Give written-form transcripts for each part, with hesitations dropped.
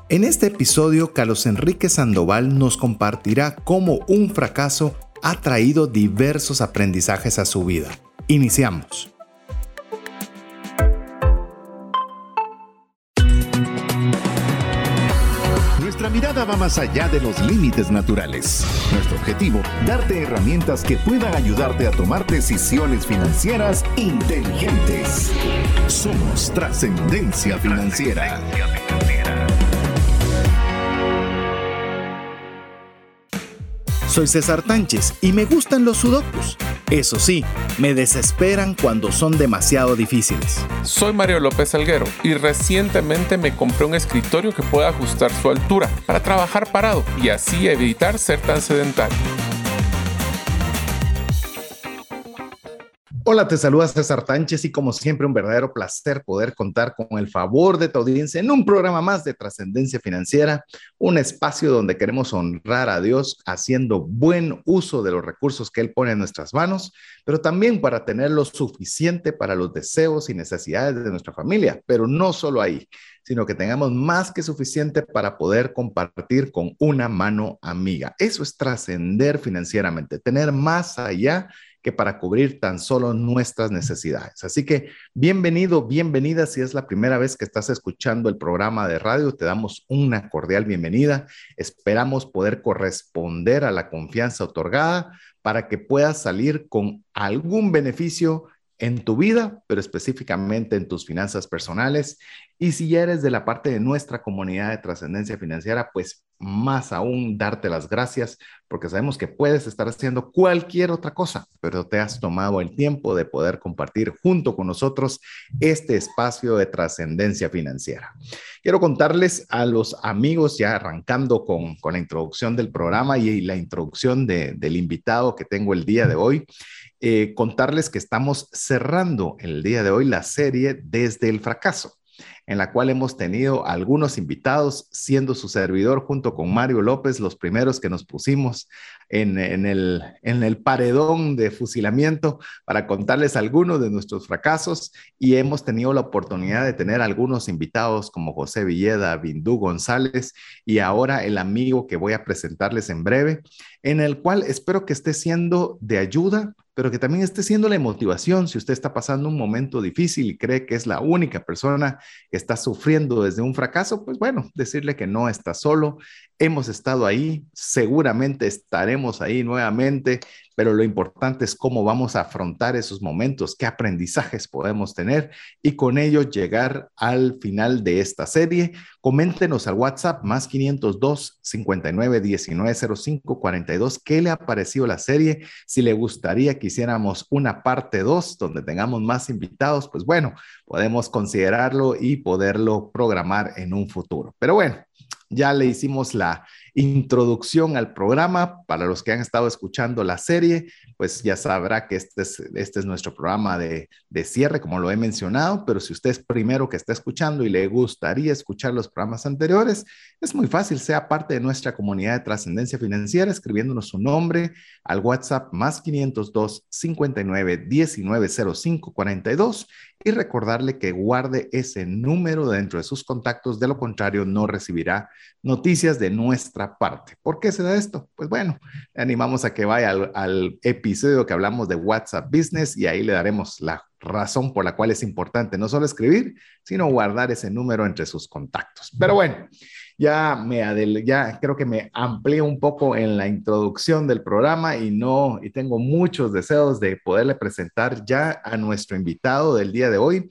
En este episodio, Carlos Enrique Sandoval nos compartirá cómo un fracaso ha traído diversos aprendizajes a su vida. Iniciamos. Nuestra mirada va más allá de los límites naturales. Nuestro objetivo, darte herramientas que puedan ayudarte a tomar decisiones financieras inteligentes. Somos Trascendencia Financiera. Soy César Tánchez y me gustan los sudokus. Eso sí, me desesperan cuando son demasiado difíciles. Soy Mario López Salguero y recientemente me compré un escritorio que pueda ajustar su altura para trabajar parado y así evitar ser tan sedentario. Hola, te saluda César Tánchez y como siempre un verdadero placer poder contar con el favor de tu audiencia en un programa más de Trascendencia Financiera, un espacio donde queremos honrar a Dios haciendo buen uso de los recursos que Él pone en nuestras manos, pero también para tener lo suficiente para los deseos y necesidades de nuestra familia, pero no solo ahí, sino que tengamos más que suficiente para poder compartir con una mano amiga. Eso es trascender financieramente, tener más allá que para cubrir tan solo nuestras necesidades. Así que bienvenido, bienvenida. Si es la primera vez que estás escuchando el programa de radio, te damos una cordial bienvenida. Esperamos poder corresponder a la confianza otorgada para que puedas salir con algún beneficio en tu vida, pero específicamente en tus finanzas personales. Y si ya eres de la parte de nuestra comunidad de Trascendencia Financiera, pues más aún darte las gracias, porque sabemos que puedes estar haciendo cualquier otra cosa, pero te has tomado el tiempo de poder compartir junto con nosotros este espacio de Trascendencia Financiera. Quiero contarles a los amigos, ya arrancando con la introducción del programa y la introducción del invitado que tengo el día de hoy, contarles que estamos cerrando el día de hoy la serie Desde el Fracaso, en la cual hemos tenido algunos invitados, siendo su servidor junto con Mario López los primeros que nos pusimos en el paredón de fusilamiento para contarles algunos de nuestros fracasos, y hemos tenido la oportunidad de tener algunos invitados como José Villeda, Bindú González y ahora el amigo que voy a presentarles en breve, en el cual espero que esté siendo de ayuda, pero que también esté siendo la motivación si usted está pasando un momento difícil y cree que es la única persona que está sufriendo desde un fracaso. Pues bueno, decirle que no está solo. Hemos estado ahí, seguramente estaremos ahí nuevamente, pero lo importante es cómo vamos a afrontar esos momentos, qué aprendizajes podemos tener y con ello llegar al final de esta serie. Coméntenos al WhatsApp más 502 59 19 05 42 qué le ha parecido la serie. Si le gustaría que hiciéramos una parte 2 donde tengamos más invitados, pues bueno, podemos considerarlo y poderlo programar en un futuro. Pero bueno, ya le hicimos la introducción al programa. Para los que han estado escuchando la serie, pues ya sabrá que este es nuestro programa de cierre, como lo he mencionado, pero si usted es primero que está escuchando y le gustaría escuchar los programas anteriores, es muy fácil, sea parte de nuestra comunidad de Trascendencia Financiera, escribiéndonos su nombre al WhatsApp más 502 59 19 05 42 y recordarle que guarde ese número dentro de sus contactos, de lo contrario no recibirá noticias de nuestra parte. ¿Por qué se da esto? Pues bueno, le animamos a que vaya al episodio que hablamos de WhatsApp Business y ahí le daremos la razón por la cual es importante no solo escribir, sino guardar ese número entre sus contactos. Pero bueno, ya creo que me amplié un poco en la introducción del programa y tengo muchos deseos de poderle presentar ya a nuestro invitado del día de hoy.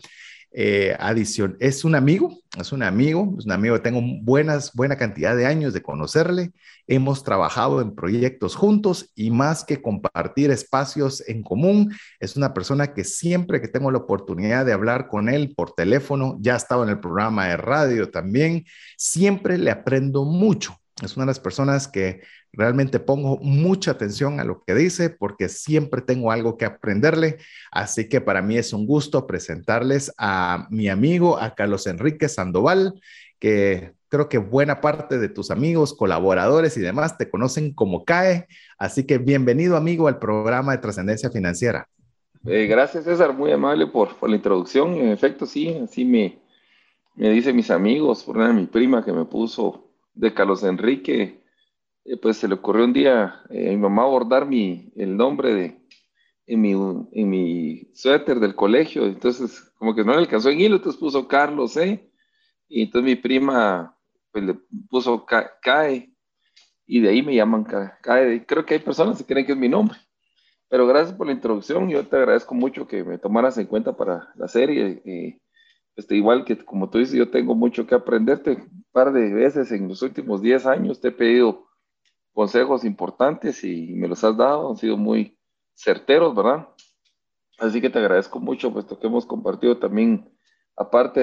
Es un amigo que tengo buena cantidad de años de conocerle. Hemos trabajado en proyectos juntos y más que compartir espacios en común, es una persona que siempre que tengo la oportunidad de hablar con él por teléfono, ya ha estado en el programa de radio también, siempre le aprendo mucho. Es una de las personas que realmente pongo mucha atención a lo que dice porque siempre tengo algo que aprenderle. Así que para mí es un gusto presentarles a mi amigo, a Carlos Enrique Sandoval, que creo que buena parte de tus amigos, colaboradores y demás te conocen como CAE. Así que bienvenido, amigo, al programa de Trascendencia Financiera. Gracias, César, muy amable por la introducción. En efecto, sí, así me me dicen mis amigos, por una de mi prima que me puso de Carlos Enrique, pues se le ocurrió un día a mi mamá bordar el nombre en mi suéter del colegio, entonces como que no le alcanzó en hilo, entonces puso Carlos, y entonces mi prima pues le puso CAE, y de ahí me llaman CAE. Creo que hay personas que creen que es mi nombre, pero gracias por la introducción, yo te agradezco mucho que me tomaras en cuenta para la serie. Igual que como tú dices, yo tengo mucho que aprenderte. Un par de veces en los últimos 10 años te he pedido consejos importantes y me los has dado, han sido muy certeros, ¿verdad? Así que te agradezco mucho, puesto que hemos compartido también, aparte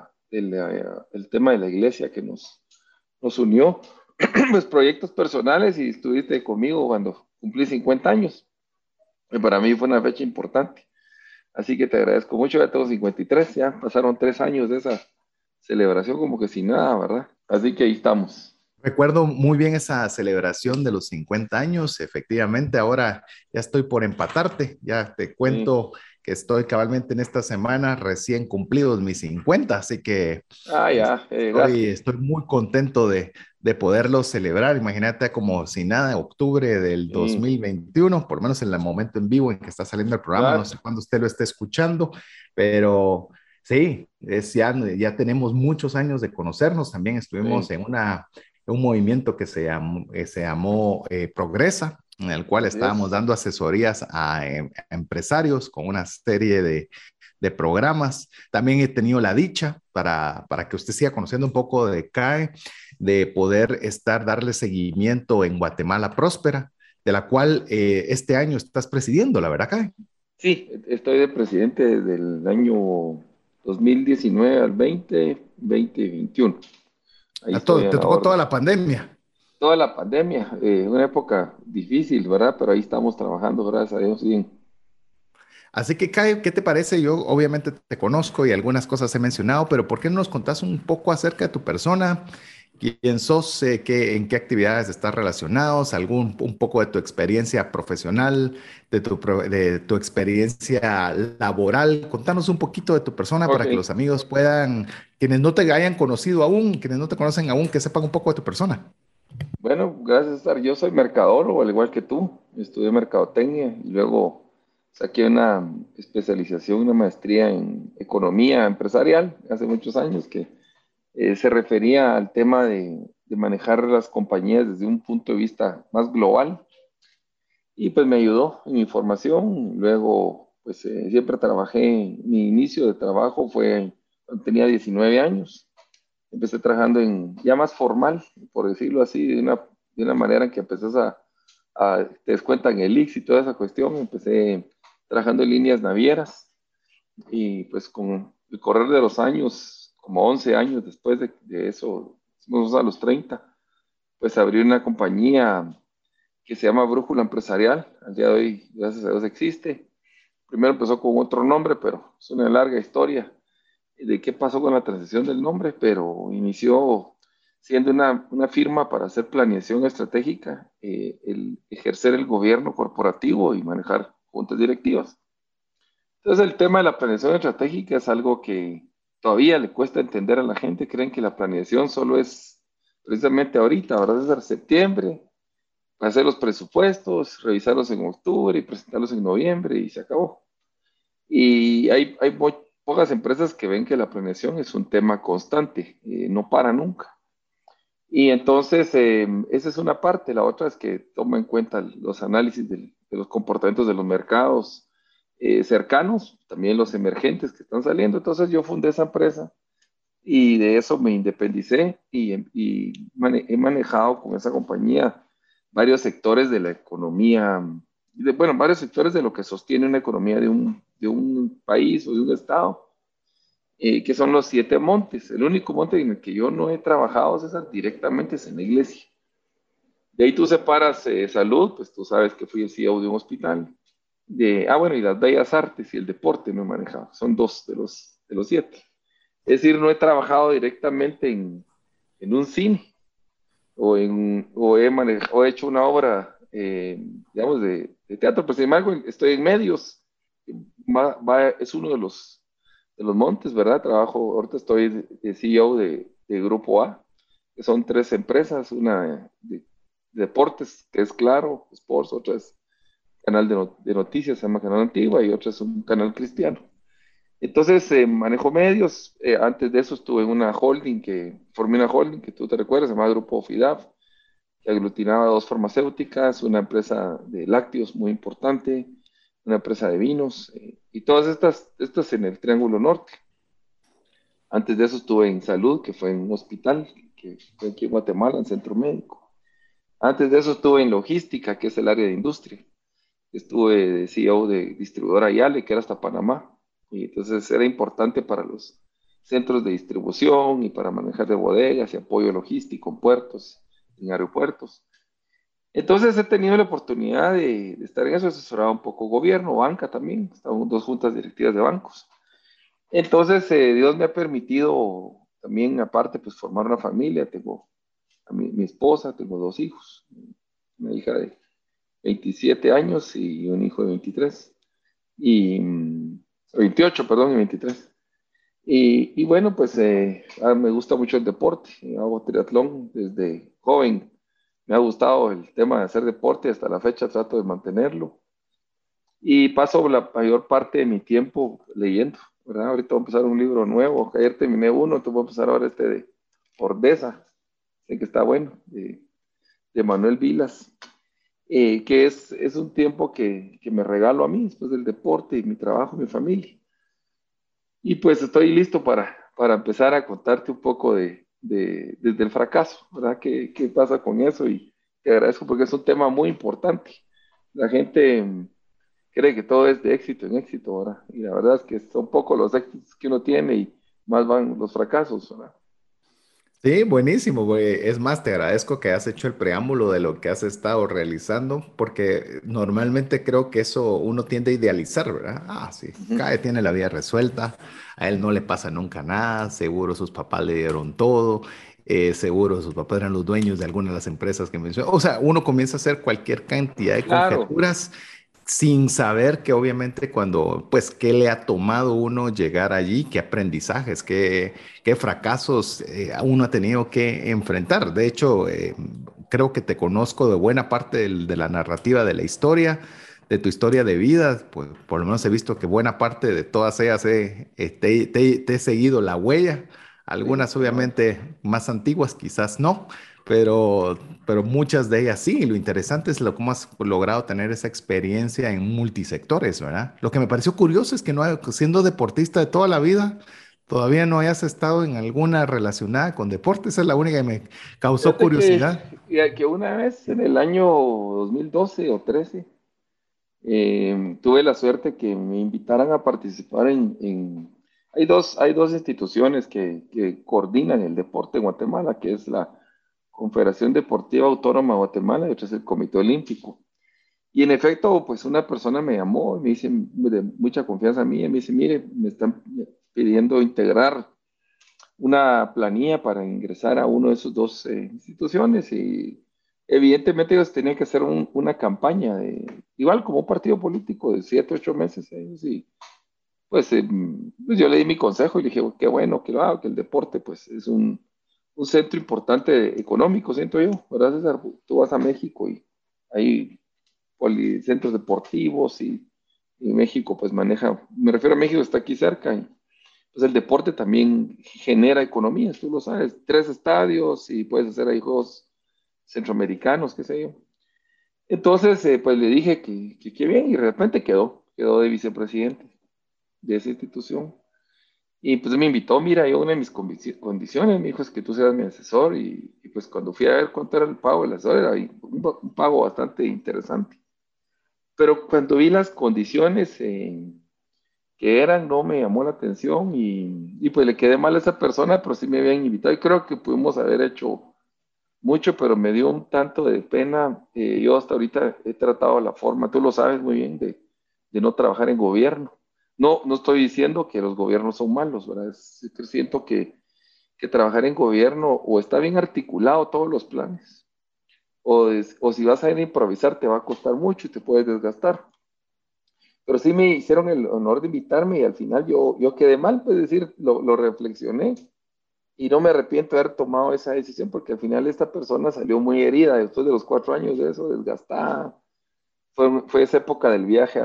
del tema de la iglesia que nos unió, pues proyectos personales, y estuviste conmigo cuando cumplí 50 años. Y para mí fue una fecha importante. Así que te agradezco mucho, ya tengo 53, ya pasaron 3 años de esa celebración como que sin nada, ¿verdad? Así que ahí estamos. Recuerdo muy bien esa celebración de los 50 años. Efectivamente, ahora ya estoy por empatarte. Ya te Sí. cuento que estoy cabalmente en esta semana recién cumplidos mis 50, así que Ah, ya, llegaste. estoy muy contento de poderlo celebrar. Imagínate como si nada, octubre del Sí, 2021, por lo menos en el momento en vivo en que está saliendo el programa. No claro. sé cuándo usted lo esté escuchando, pero sí, ya tenemos muchos años de conocernos. También estuvimos Sí, en un movimiento que se llamó Progresa, en el cual así estábamos es. dando asesorías a empresarios con una serie de programas. También he tenido la dicha para que usted siga conociendo un poco de CAE, de poder darle seguimiento en Guatemala Próspera, de la cual este año estás presidiendo, la verdad, CAE. Sí, estoy de presidente desde el año 2019 al 2021. Ahí estoy a Te la tocó toda orden. la pandemia. Toda la pandemia, una época difícil, ¿verdad? Pero ahí estamos trabajando, gracias a Dios, bien. Así que, Kai, ¿qué te parece? Yo obviamente te conozco y algunas cosas he mencionado, pero ¿por qué no nos contás un poco acerca de tu persona? ¿Quién sos? En qué actividades estás relacionados? Un poco de tu experiencia profesional, de tu experiencia laboral. Contanos un poquito de tu persona Ok, para que los amigos puedan, quienes no te hayan conocido aún, quienes no te conocen aún, que sepan un poco de tu persona. bueno, gracias, Star. Yo soy mercadólogo, al igual que tú. Estudié mercadotecnia y luego saqué una especialización, una maestría en economía empresarial hace muchos años que se refería al tema de manejar las compañías desde un punto de vista más global, y pues me ayudó en mi formación. Luego, pues siempre trabajé, mi inicio de trabajo fue cuando tenía 19 años. Empecé trabajando ya más formal, por decirlo así, de una manera en que empezás te descuentan el IX y toda esa cuestión. Empecé trabajando en líneas navieras, y pues con el correr de los años, como 11 años después de eso, a los 30, pues abrí una compañía que se llama Brújula Empresarial. Al día de hoy, gracias a Dios, existe. Primero empezó con otro nombre, pero es una larga historia de qué pasó con la transición del nombre, pero inició siendo una firma para hacer planeación estratégica, el ejercer el gobierno corporativo y manejar juntas directivas. Entonces, el tema de la planeación estratégica es algo que todavía le cuesta entender a la gente. Creen que la planeación solo es precisamente ahorita, ¿verdad? Desde septiembre, hacer los presupuestos, revisarlos en octubre y presentarlos en noviembre, y se acabó. Y hay muy pocas empresas que ven que la planeación es un tema constante, no para nunca. Y entonces, esa es una parte. La otra es que toma en cuenta los análisis de los comportamientos de los mercados cercanos, también los emergentes que están saliendo. Entonces yo fundé esa empresa y de eso me independicé, he manejado con esa compañía varios sectores de la economía, bueno, varios sectores de lo que sostiene una economía de un país o de un estado, que son los 7 montes. El único monte en el que yo no he trabajado, César, directamente es en la iglesia. De ahí tú separas salud, pues tú sabes que fui el CEO de un hospital. Bueno, y las bellas artes y el deporte me he manejado. Son 2 de los 7. Es decir, no he trabajado directamente en un cine, o he hecho una obra, digamos, de teatro, pero sin embargo estoy en medios. Es uno Los Montes, ¿verdad? Trabajo, ahorita estoy de CEO de Grupo A, que son 3 empresas, una de deportes, que es Claro Sports, otra es canal de noticias, se llama Canal Antigua, y otra es un canal cristiano. Entonces, manejo medios. Antes de eso estuve en una holding, formé una holding que tú te recuerdas, se llama Grupo FIDAF, que aglutinaba 2 farmacéuticas, una empresa de lácteos muy importante, una empresa de vinos, y todas estas en el Triángulo Norte. Antes de eso estuve en salud, que fue en un hospital, que fue aquí en Guatemala, en Centro Médico. Antes de eso estuve en logística, que es el área de industria. Estuve de CEO de distribuidora Yale, que era hasta Panamá. Y entonces era importante para los centros de distribución y para manejar de bodegas y apoyo logístico en puertos, en aeropuertos. Entonces he tenido la oportunidad de estar en eso, asesorado un poco gobierno, banca también. Estaba en 2 juntas directivas de bancos. Entonces, Dios me ha permitido también, aparte, pues formar una familia. Tengo a mi esposa, tengo 2 hijos, una hija de 27 años y un hijo de 23, y 28, perdón, y 23. Y bueno, pues me gusta mucho el deporte, hago triatlón desde joven, me ha gustado el tema de hacer deporte, hasta la fecha trato de mantenerlo, y paso la mayor parte de mi tiempo leyendo, ¿verdad? Ahorita voy a empezar un libro nuevo, ayer terminé uno, entonces voy a empezar ahora este de Ordesa, sé que está bueno, de Manuel Vilas, que es un tiempo que me regalo a mí después del deporte y mi trabajo, mi familia. Y pues estoy listo para empezar a contarte un poco desde el fracaso, ¿verdad? ¿Qué pasa con eso? Y te agradezco porque es un tema muy importante. La gente cree que todo es de éxito en éxito, ¿verdad? Y la verdad es que son pocos los éxitos que uno tiene y más van los fracasos, ¿verdad? Sí, buenísimo, güey. Es más, te agradezco que has hecho el preámbulo de lo que has estado realizando, porque normalmente creo que eso uno tiende a idealizar, ¿verdad? Ah, sí, Ujú. Cae tiene la vida resuelta, a él no le pasa nunca nada, seguro sus papás le dieron todo, seguro sus papás eran los dueños de alguna de las empresas que mencionó. O sea, uno comienza a hacer cualquier cantidad de Claro, conjeturas sin saber que obviamente cuando, pues, qué le ha tomado uno llegar allí, qué aprendizajes, qué fracasos uno ha tenido que enfrentar. De hecho, creo que te conozco de buena parte de la narrativa de la historia, de tu historia de vida, pues por lo menos he visto que buena parte de todas ellas te he seguido la huella, sí, algunas qué bueno. obviamente más antiguas, quizás no. Pero muchas de ellas sí. Lo interesante es cómo has logrado tener esa experiencia en multisectores, ¿verdad? Lo que me pareció curioso es que no, siendo deportista de toda la vida, todavía no hayas estado en alguna relacionada con deporte. Esa es la única que me causó Fíjate curiosidad. que una vez en el año 2012 o 13, tuve la suerte que me invitaran a participar hay dos instituciones que coordinan el deporte en Guatemala, que es la Confederación Deportiva Autónoma de Guatemala y otra es el Comité Olímpico. Y en efecto, pues una persona me llamó y me dice, de mucha confianza a mí, y me dice, mire, me están pidiendo integrar una planilla para ingresar a uno de esos 2 instituciones, y evidentemente ellos tenían que hacer una campaña igual como un partido político de 7, 8 meses, y pues, pues yo le di mi consejo y le dije, "Oh, qué bueno que lo hago, que el deporte pues es un centro importante económico, siento yo, ¿verdad, César? Tú vas a México y hay policentros deportivos, y México pues maneja, me refiero a México, está aquí cerca, y pues el deporte también genera economías, tú lo sabes, 3 estadios y puedes hacer ahí juegos centroamericanos, qué sé yo. Entonces, pues le dije que qué bien, y de repente quedó de vicepresidente de esa institución. Y pues me invitó, mira, yo una de mis condiciones, me dijo, es que tú seas mi asesor, y pues cuando fui a ver cuánto era el pago del asesor, era ahí un pago bastante interesante. Pero cuando vi las condiciones que eran, no me llamó la atención, y pues le quedé mal a esa persona, pero sí me habían invitado y creo que pudimos haber hecho mucho, pero me dio un tanto de pena. Yo hasta ahorita he tratado la forma, tú lo sabes muy bien, de no trabajar en gobierno. No, no estoy diciendo que los gobiernos son malos, ¿verdad? Siento que trabajar en gobierno o está bien articulado todos los planes, o si vas a ir a improvisar te va a costar mucho y te puedes desgastar. pero sí me hicieron el honor de invitarme y al final yo quedé mal, pues decir, lo reflexioné y no me arrepiento de haber tomado esa decisión porque al final esta persona salió muy herida después de los 4 años de eso, desgastada. Fue esa época del viaje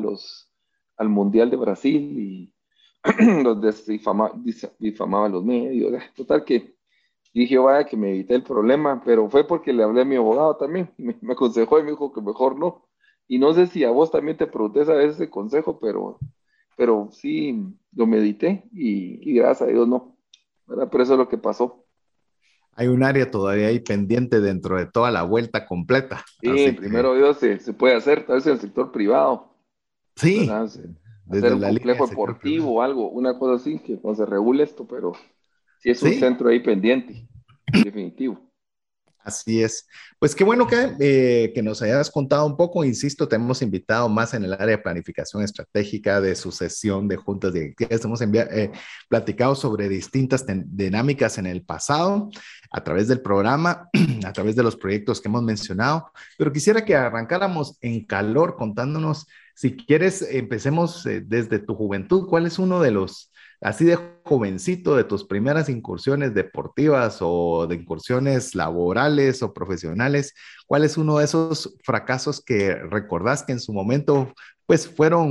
al Mundial de Brasil y los difamaba a los medios. Total que dije, vaya, que me evité el problema, pero fue porque le hablé a mi abogado también. Me aconsejó y me dijo que mejor no. Y no sé si a vos también te pregunté esa vez ese consejo, pero sí lo medité y gracias a Dios no. ¿Verdad? Pero eso es lo que pasó. Hay un área todavía ahí pendiente dentro de toda la vuelta completa. Sí, Así que primero Dios se puede hacer, tal vez en el sector privado, sí, ¿verdad? Hacer desde un la línea complejo del sector deportivo privado. o algo, una cosa así, que cuando se regule esto, pero sí es un Sí, centro ahí pendiente, definitivo. así es. Pues qué bueno que nos hayas contado un poco. Insisto, te hemos invitado más en el área de planificación estratégica, de sucesión de juntas directivas. Platicado sobre distintas dinámicas en el pasado a través del programa, a través de los proyectos que hemos mencionado. Pero quisiera que arrancáramos en calor contándonos, si quieres, empecemos desde tu juventud. ¿Cuál es uno de los así de jovencito, de tus primeras incursiones deportivas o de incursiones laborales o profesionales? ¿Cuál es uno de esos fracasos que recordás que en su momento pues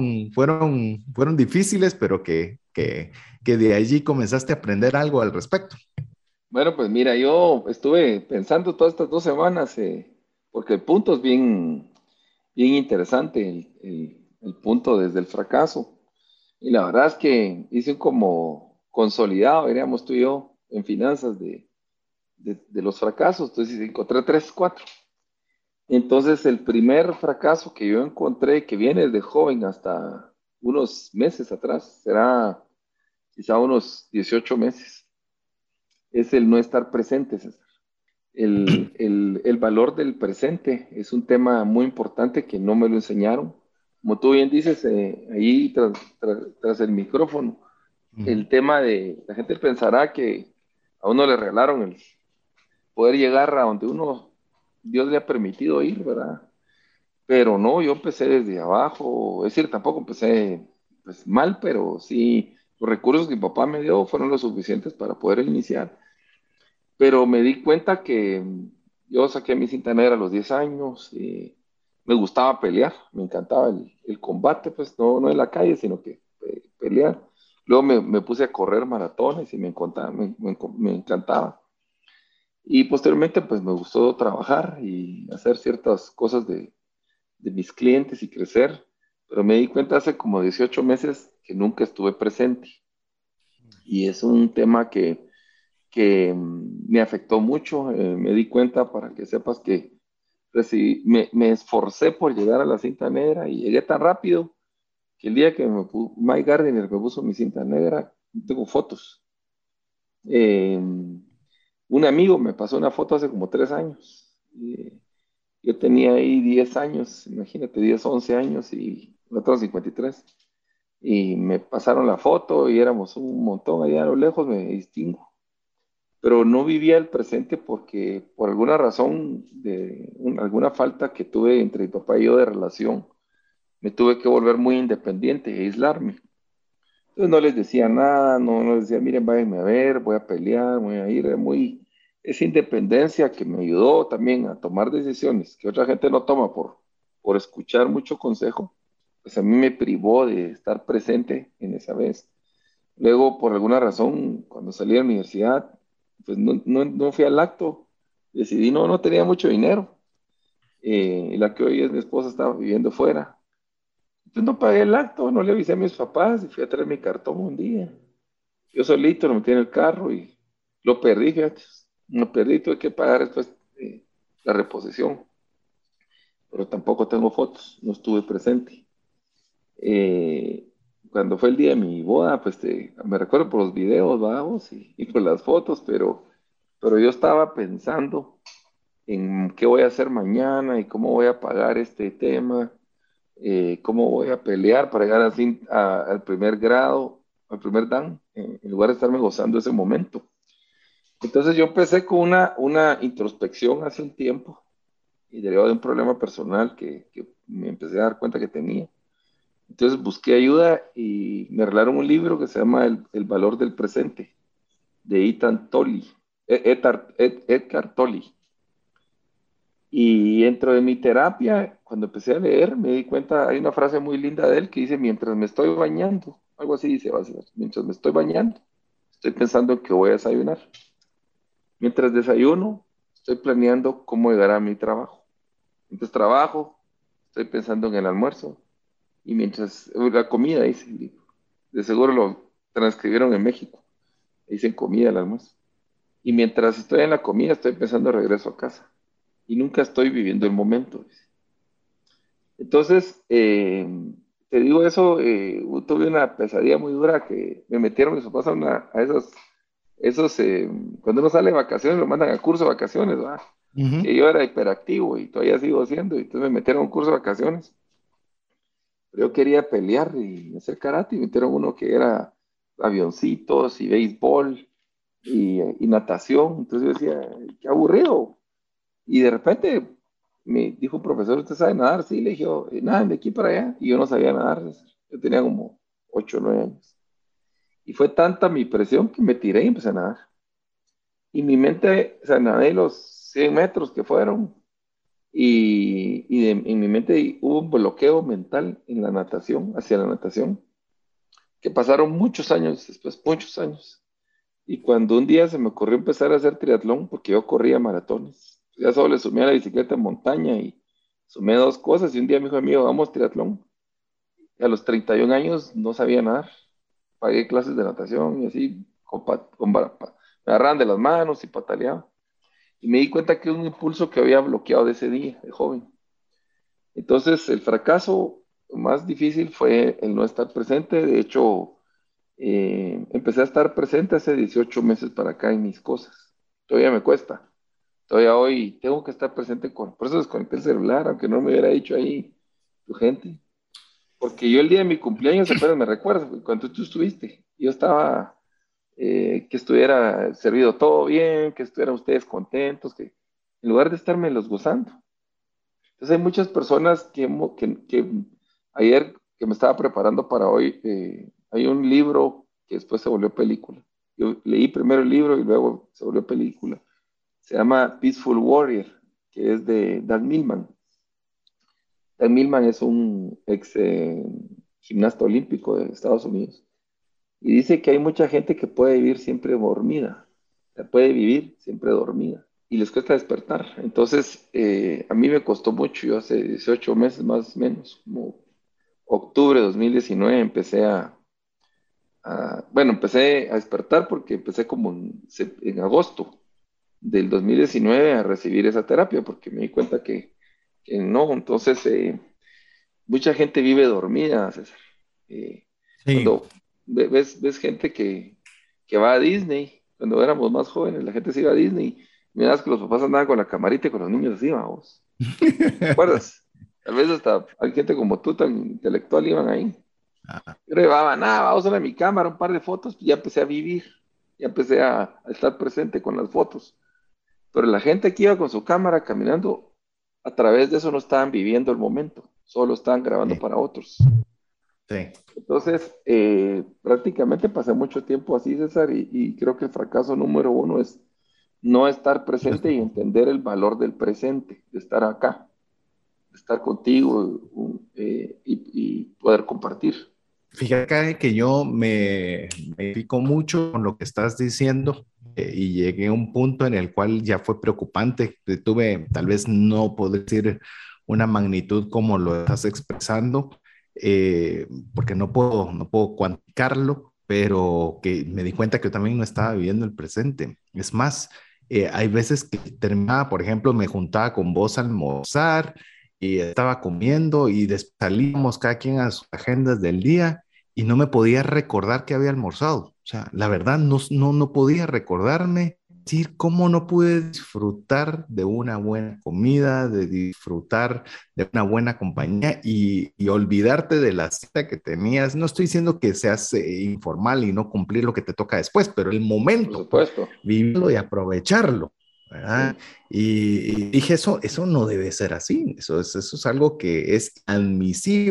fueron difíciles, pero que de allí comenzaste a aprender algo al respecto? Bueno, pues mira, yo estuve pensando todas estas 2 semanas, porque el punto es bien interesante, el punto desde el fracaso. Y la verdad es que hice un como consolidado, diríamos tú y yo, en finanzas de los fracasos. Entonces encontré 3, 4. Entonces el primer fracaso que yo encontré, que viene desde joven hasta unos meses atrás, será quizá unos 18 meses, es el no estar presente, César. El valor del presente es un tema muy importante que no me lo enseñaron. Como tú bien dices, ahí tras el micrófono, Ujú. el tema de, la gente pensará que a uno le regalaron el poder llegar a donde Dios le ha permitido ir, ¿verdad? Pero no, yo empecé desde abajo, es decir, tampoco empecé pues, mal, pero sí, los recursos que mi papá me dio fueron los suficientes para poder iniciar. Pero me di cuenta que yo saqué mi cinta negra a los 10 años y me gustaba pelear, me encantaba el combate, pues no en la calle, sino que pelear. Luego me puse a correr maratones y me encantaba. Y posteriormente, pues me gustó trabajar y hacer ciertas cosas de mis clientes y crecer. Pero me di cuenta hace como 18 meses que nunca estuve presente. Y es un tema que me afectó mucho. Me di cuenta, para que sepas, que me esforcé por llegar a la cinta negra y llegué tan rápido que el día que Mike Gardner me puso mi cinta negra, tengo fotos. Eh, un amigo me pasó una foto hace como 3 años. Yo tenía ahí 10 años, imagínate, 10, 11 años y no tengo 53. Y me pasaron la foto y éramos un montón allá a lo lejos, me distingo. Pero no vivía el presente porque por alguna razón, alguna falta que tuve entre mi papá y yo de relación, me tuve que volver muy independiente e aislarme. Entonces no les decía nada, no les decía, miren, váyanme a ver, voy a pelear, voy a ir. Esa independencia que me ayudó también a tomar decisiones que otra gente no toma por escuchar mucho consejo, pues a mí me privó de estar presente en esa vez. Luego, por alguna razón, cuando salí de la universidad, pues no fui al acto. Decidí, no tenía mucho dinero. La que hoy es mi esposa estaba viviendo fuera. Entonces no pagué el acto, no le avisé a mis papás y fui a traer mi cartón un día. Yo solito lo metí en el carro y lo perdí, fíjate. Lo perdí, tuve que pagar después la reposición. Pero tampoco tengo fotos, no estuve presente. Eh, Cuando fue el día de mi boda, pues me recuerdo por los videos, vamos, y por las fotos, pero yo estaba pensando en qué voy a hacer mañana y cómo voy a pagar este tema, cómo voy a pelear para llegar así al primer grado, al primer dan, en lugar de estarme gozando ese momento. Entonces yo empecé con una introspección hace un tiempo y derivado de un problema personal que me empecé a dar cuenta que tenía. Entonces busqué ayuda y me regalaron un libro que se llama El valor del presente, de Ethan Tolle, Edgar Tolle. Y dentro de mi terapia, cuando empecé a leer, me di cuenta, hay una frase muy linda de él que dice, mientras me estoy bañando, algo así dice, va a ser, mientras me estoy bañando, estoy pensando en que voy a desayunar. Mientras desayuno, estoy planeando cómo llegar a mi trabajo. Mientras trabajo, estoy pensando en el almuerzo. Y mientras, la comida, dice el libro. De seguro lo transcribieron en México. Dicen comida al almuerzo. Y mientras estoy en la comida, estoy pensando en regreso a casa. Y nunca estoy viviendo el momento, dice. Entonces, te digo eso, tuve una pesadilla muy dura que me metieron mis papás a esos, cuando uno sale de vacaciones, lo mandan a curso de vacaciones, ¿verdad? Ujú. Que yo era hiperactivo y todavía sigo siendo, y entonces me metieron a un curso de vacaciones. Pero yo quería pelear y hacer karate, y me metieron uno que era avioncitos y béisbol y natación. Entonces yo decía, qué aburrido. Y de repente me dijo un profesor, ¿usted sabe nadar? Sí, le dije, nada, de aquí para allá. Y yo no sabía nadar. Yo tenía como 8 o 9 años. Y fue tanta mi presión que me tiré y empecé a nadar. Y mi mente, o sea, nadé los 100 metros que fueron. En mi mente hubo un bloqueo mental en la natación, hacia la natación, que pasaron muchos años después, muchos años. Y cuando un día se me ocurrió empezar a hacer triatlón, porque yo corría maratones, ya solo le sumé a la bicicleta en montaña y sumé dos cosas. Y un día me dijo amigo, vamos triatlón. Y a los 31 años no sabía nadar. Pagué clases de natación y así, me agarraban de las manos y pataleaba. Y me di cuenta que era un impulso que había bloqueado de ese día, de joven. Entonces, el fracaso más difícil fue el no estar presente. De hecho, empecé a estar presente hace 18 meses para acá en mis cosas. Todavía me cuesta. Todavía hoy tengo que estar presente por eso desconecté el celular, aunque no me hubiera dicho ahí tu gente. Porque yo el día de mi cumpleaños, apenas me recuerdo, cuando tú estuviste, yo estaba, que estuviera servido todo bien, que estuvieran ustedes contentos, que en lugar de estarme los gozando. Entonces hay muchas personas que ayer que me estaba preparando para hoy, hay un libro que después se volvió película. Yo leí primero el libro y luego se volvió película. Se llama Peaceful Warrior, que es de Dan Millman. Dan Millman es un ex gimnasta olímpico de Estados Unidos. Y dice que hay mucha gente que puede vivir siempre dormida. O sea, puede vivir siempre dormida. Y les cuesta despertar. Entonces, a mí me costó mucho. Yo hace 18 meses más o menos, como octubre de 2019, empecé a despertar porque empecé como en agosto del 2019 a recibir esa terapia porque me di cuenta que no. Entonces, mucha gente vive dormida, César. Sí, Cuando ves gente que va a Disney, cuando éramos más jóvenes, la gente se iba a Disney. Mirabas que los papás andaban con la camarita y con los niños así, vamos. ¿Te acuerdas? Tal vez hasta hay gente como tú, tan intelectual, iban ahí. Ah, Yo llevaba nada, vamos a ver mi cámara, un par de fotos, y ya empecé a vivir, ya empecé a estar presente con las fotos. Pero la gente que iba con su cámara caminando, a través de eso no estaban viviendo el momento, solo estaban grabando sí, para otros. sí. Entonces, prácticamente pasé mucho tiempo así, César, y creo que el fracaso número uno es no estar presente y entender el valor del presente, de estar acá, de estar contigo y poder compartir. Fíjate que yo me pico mucho con lo que estás diciendo y llegué a un punto en el cual ya fue preocupante. Tuve, tal vez no puedo decir una magnitud como lo estás expresando, porque no puedo cuantificarlo, pero que me di cuenta que yo también no estaba viviendo el presente. Es más, hay veces que terminaba, por ejemplo, me juntaba con vos a almorzar y estaba comiendo y salíamos cada quien a sus agendas del día y no me podía recordar que había almorzado. O sea, la verdad no podía recordarme, decir cómo no pude disfrutar de una buena comida, de disfrutar de una buena compañía y olvidarte de la cita que tenías. No estoy diciendo que seas informal y no cumplir lo que te toca después, pero el Por momento, supuesto, vivirlo y aprovecharlo. ¿Verdad? sí. Y dije, eso no debe ser así, eso es algo que es admisible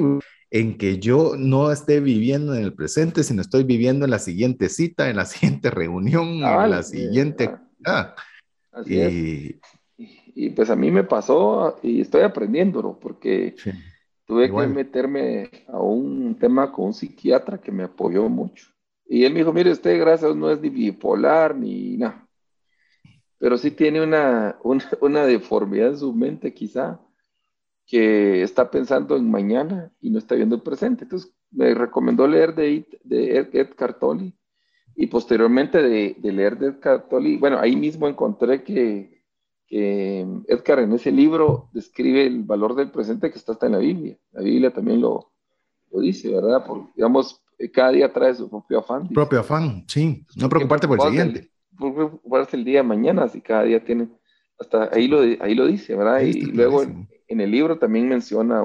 en que yo no esté viviendo en el presente, sino estoy viviendo en la siguiente cita, en la siguiente reunión, en la siguiente... Así es. y Y pues a mí me pasó y estoy aprendiéndolo porque sí, tuve que igual. meterme a un tema con un psiquiatra que me apoyó mucho. Y él me dijo, mire, usted, gracias a Dios, no es ni bipolar ni nada, pero sí tiene una deformidad en su mente quizá, que está pensando en mañana y no está viendo el presente. Entonces me recomendó leer de Edgar Tolle y posteriormente de leer de Edgar Tolle. Bueno, ahí mismo encontré que Edgar en ese libro describe el valor del presente que está hasta en la Biblia. La Biblia también lo dice, ¿verdad? Porque, digamos, cada día trae su propio afán, dice. Propio afán, sí. Entonces, No ¿por qué preocuparte por el siguiente. por qué preocuparse el día de mañana si cada día tiene, hasta Sí, ahí lo dice, ¿verdad? ahí está Y luego clarísimo. en el libro también menciona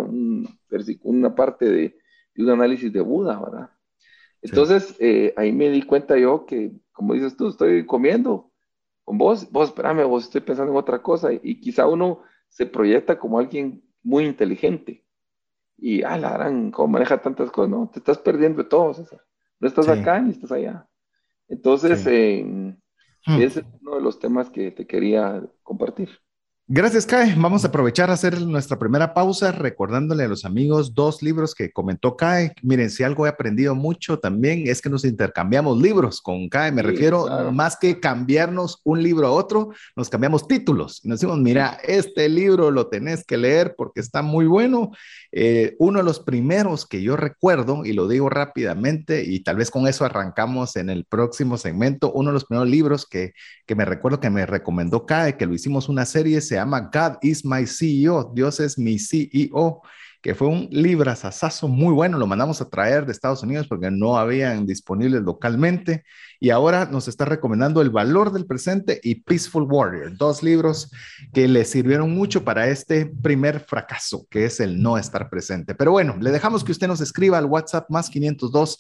una parte de un análisis de Buda, ¿verdad? Sí, Entonces, ahí me di cuenta yo que, como dices tú, estoy comiendo con vos espérame, vos estoy pensando en otra cosa, y quizá uno se proyecta como alguien muy inteligente, y, la gran, ¿cómo maneja tantas cosas? No, te estás perdiendo de todo, César. No estás sí, acá ni estás allá. Entonces, sí. Hmm. es uno de los temas que te quería compartir. Gracias, Kai. Vamos a aprovechar a hacer nuestra primera pausa recordándole a los amigos dos libros que comentó Kai. Miren, si algo he aprendido mucho también es que nos intercambiamos libros con Kai. Me Sí, refiero claro. más que cambiarnos un libro a otro, nos cambiamos títulos. Nos decimos, mira, este libro lo tenés que leer porque está muy bueno. Uno de los primeros que yo recuerdo, y lo digo rápidamente, y tal vez con eso arrancamos en el próximo segmento, uno de los primeros libros que me recuerdo que me recomendó Kai, que lo hicimos una serie, se llama God is my CEO, Dios es mi CEO, que fue un librazazazo muy bueno, lo mandamos a traer de Estados Unidos porque no habían disponibles localmente, y ahora nos está recomendando El valor del presente y Peaceful Warrior, dos libros que le sirvieron mucho para este primer fracaso, que es el no estar presente. Pero bueno, le dejamos que usted nos escriba al WhatsApp más 502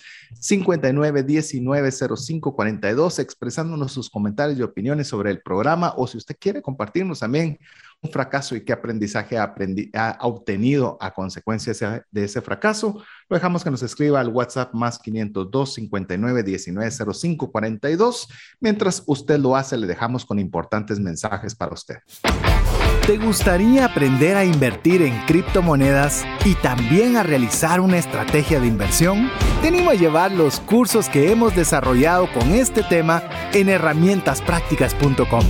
59 19 05 42, expresándonos sus comentarios y opiniones sobre el programa, o si usted quiere compartirnos también un fracaso y qué aprendizaje ha obtenido a consecuencia de ese fracaso, lo dejamos que nos escriba al WhatsApp más 502 59 19 05 42. Mientras usted lo hace, le dejamos con importantes mensajes para usted. ¿Te gustaría aprender a invertir en criptomonedas y también a realizar una estrategia de inversión? Te animo a llevar los cursos que hemos desarrollado con este tema en herramientasprácticas.com.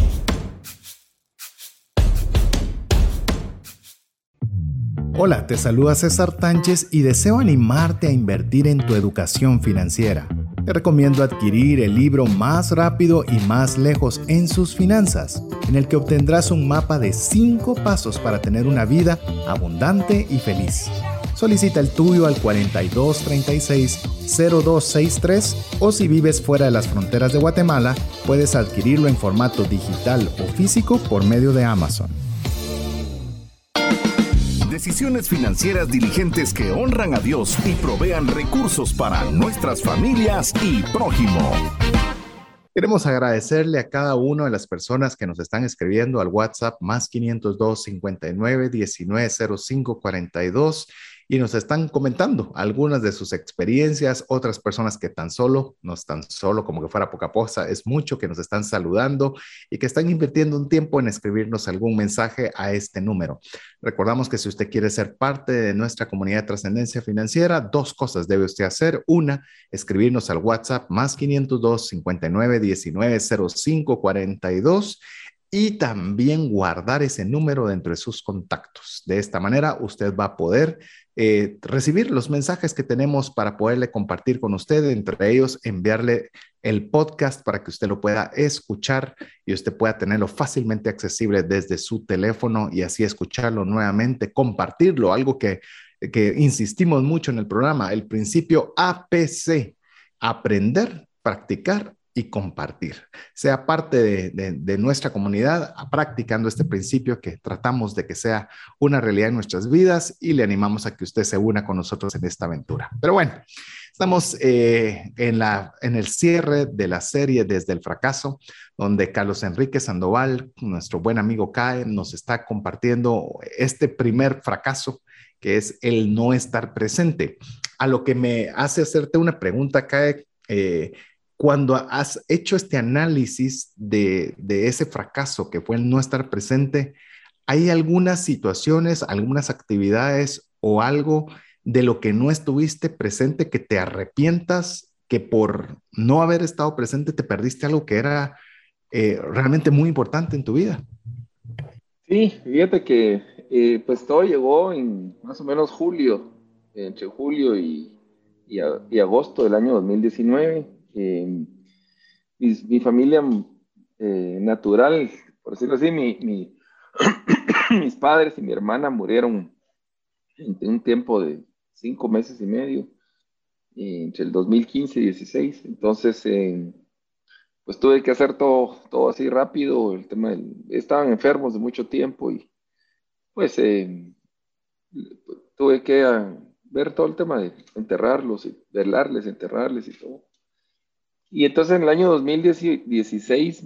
Hola, te saluda César Tánchez y deseo animarte a invertir en tu educación financiera. Te recomiendo adquirir el libro Más rápido y más lejos en sus finanzas, en el que obtendrás un mapa de 5 pasos para tener una vida abundante y feliz. Solicita el tuyo al 4236-0263 o si vives fuera de las fronteras de Guatemala, puedes adquirirlo en formato digital o físico por medio de Amazon. Decisiones financieras diligentes que honran a Dios y provean recursos para nuestras familias y prójimo. Queremos agradecerle a cada una de las personas que nos están escribiendo al WhatsApp más 502 59 19 05 42 y nos están comentando algunas de sus experiencias, otras personas que no están solo, como que fuera poca cosa, es mucho, que nos están saludando y que están invirtiendo un tiempo en escribirnos algún mensaje a este número. Recordamos que si usted quiere ser parte de nuestra comunidad de trascendencia financiera, dos cosas debe usted hacer. Una, escribirnos al WhatsApp más 502 59 19 05 42 y también guardar ese número dentro de sus contactos. De esta manera, usted va a poder recibir los mensajes que tenemos para poderle compartir con usted, entre ellos enviarle el podcast para que usted lo pueda escuchar y usted pueda tenerlo fácilmente accesible desde su teléfono y así escucharlo nuevamente, compartirlo, algo que insistimos mucho en el programa, el principio APC, aprender, practicar y compartir. Sea parte de nuestra comunidad practicando este principio que tratamos de que sea una realidad en nuestras vidas y le animamos a que usted se una con nosotros en esta aventura. Pero bueno, estamos en el cierre de la serie Desde el Fracaso, donde Carlos Enrique Sandoval, nuestro buen amigo CAE, nos está compartiendo este primer fracaso, que es el no estar presente. A lo que me hace hacerte una pregunta, CAE, cuando has hecho este análisis de ese fracaso que fue el no estar presente, ¿hay algunas situaciones, algunas actividades o algo de lo que no estuviste presente que te arrepientas, que por no haber estado presente te perdiste algo que era realmente muy importante en tu vida? Sí, fíjate que pues todo llegó en más o menos julio, entre julio y agosto del año 2019. Mi familia natural, por decirlo así, mis padres y mi hermana murieron en un tiempo de 5 meses y medio, entre el 2015 y 2016. Entonces, pues tuve que hacer todo así rápido. Estaban enfermos de mucho tiempo y pues tuve que ver todo el tema de enterrarlos, y velarles, enterrarles y todo. Y entonces en el año 2016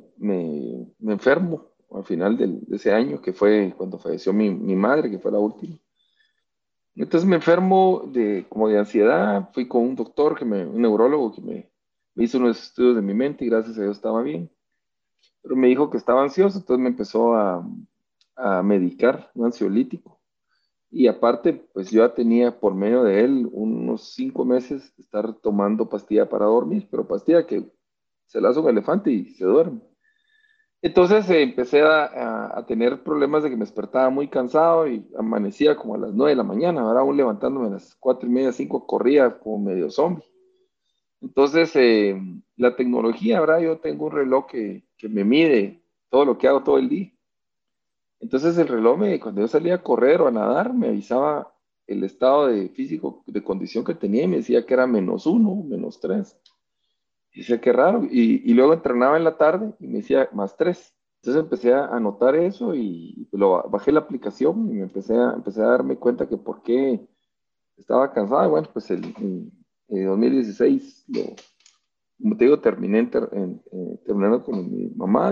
me enfermo al final de ese año, que fue cuando falleció mi madre, que fue la última. Entonces me enfermo como de ansiedad. Fui con un doctor, un neurólogo, que me hizo unos estudios de mi mente y gracias a Dios estaba bien. Pero me dijo que estaba ansioso, entonces me empezó a medicar, un ansiolítico. Y aparte, pues yo ya tenía por medio de él unos 5 meses de estar tomando pastilla para dormir, pero pastilla que se la hace un elefante y se duerme. Entonces empecé a tener problemas de que me despertaba muy cansado y amanecía como a las 9 de la mañana, ahora aún levantándome a las 4:30, 5, corría como medio zombie. Entonces, la tecnología, ahora yo tengo un reloj que me mide todo lo que hago todo el día. Entonces el reloj, cuando yo salía a correr o a nadar, me avisaba el estado de físico, de condición que tenía y me decía que era -1, -3. Y decía, qué raro. Y luego entrenaba en la tarde y me decía +3. Entonces empecé a anotar eso y bajé la aplicación y empecé a darme cuenta que por qué estaba cansado. Y bueno, pues en 2016, como te digo, terminando con mi mamá.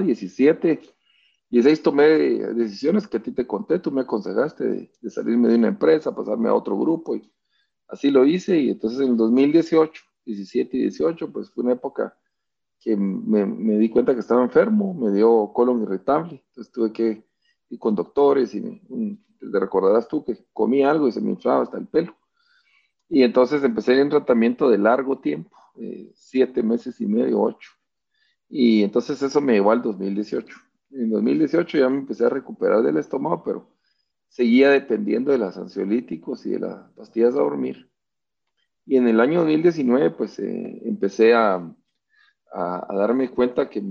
16 tomé decisiones que a ti te conté, tú me aconsejaste de salirme de una empresa, pasarme a otro grupo, y así lo hice. Y entonces en el 2018, 17 y 18, pues fue una época que me di cuenta que estaba enfermo, me dio colon irritable, entonces tuve que ir con doctores y te recordarás tú que comí algo y se me inflaba hasta el pelo. Y entonces empecé en tratamiento de largo tiempo, 7 meses y medio, 8. Y entonces eso me llevó al 2018. En 2018 ya me empecé a recuperar del estómago, pero seguía dependiendo de los ansiolíticos y de las pastillas a dormir. Y en el año 2019, pues empecé a darme cuenta que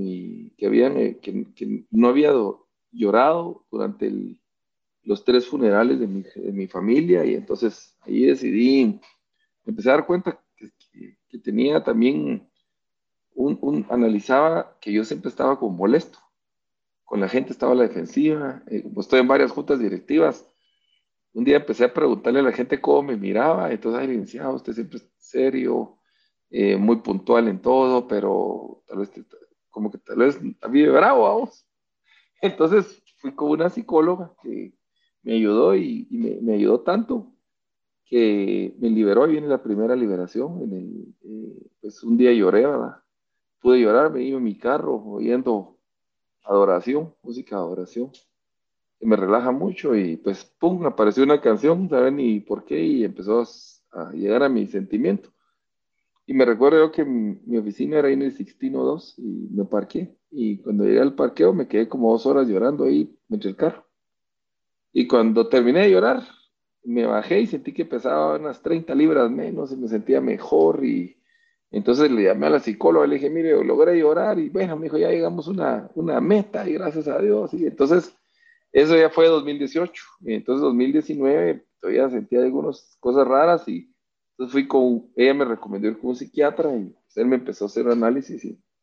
no había llorado durante los 3 funerales de mi familia. Y entonces ahí empecé a dar cuenta que tenía también analizaba que yo siempre estaba como molesto. Con la gente estaba a la defensiva. Pues estoy en varias juntas directivas. Un día empecé a preguntarle a la gente cómo me miraba. Entonces, licenciado, usted siempre es serio, muy puntual en todo, pero tal vez vive bravo, vamos. Entonces fui con una psicóloga que me ayudó y me ayudó tanto que me liberó. Ahí viene la primera liberación. Pues un día lloré, ¿verdad? Pude llorar, me iba en mi carro oyendo adoración, música de adoración, que me relaja mucho. Y pues, pum, apareció una canción, ¿saben ni por qué? Y empezó a llegar a mi sentimiento. Y me recuerdo yo que mi oficina era ahí en el Sixtino 2 y me parqué. Y cuando llegué al parqueo me quedé como 2 horas llorando ahí entre el carro. Y cuando terminé de llorar, me bajé y sentí que pesaba unas 30 libras menos y me sentía mejor. Y entonces le llamé a la psicóloga y le dije, mire, logré llorar. Y bueno, me dijo, ya llegamos a una meta y gracias a Dios. Y entonces eso ya fue 2018. Y entonces 2019 todavía sentía algunas cosas raras y entonces ella me recomendó ir con un psiquiatra y pues él me empezó a hacer análisis y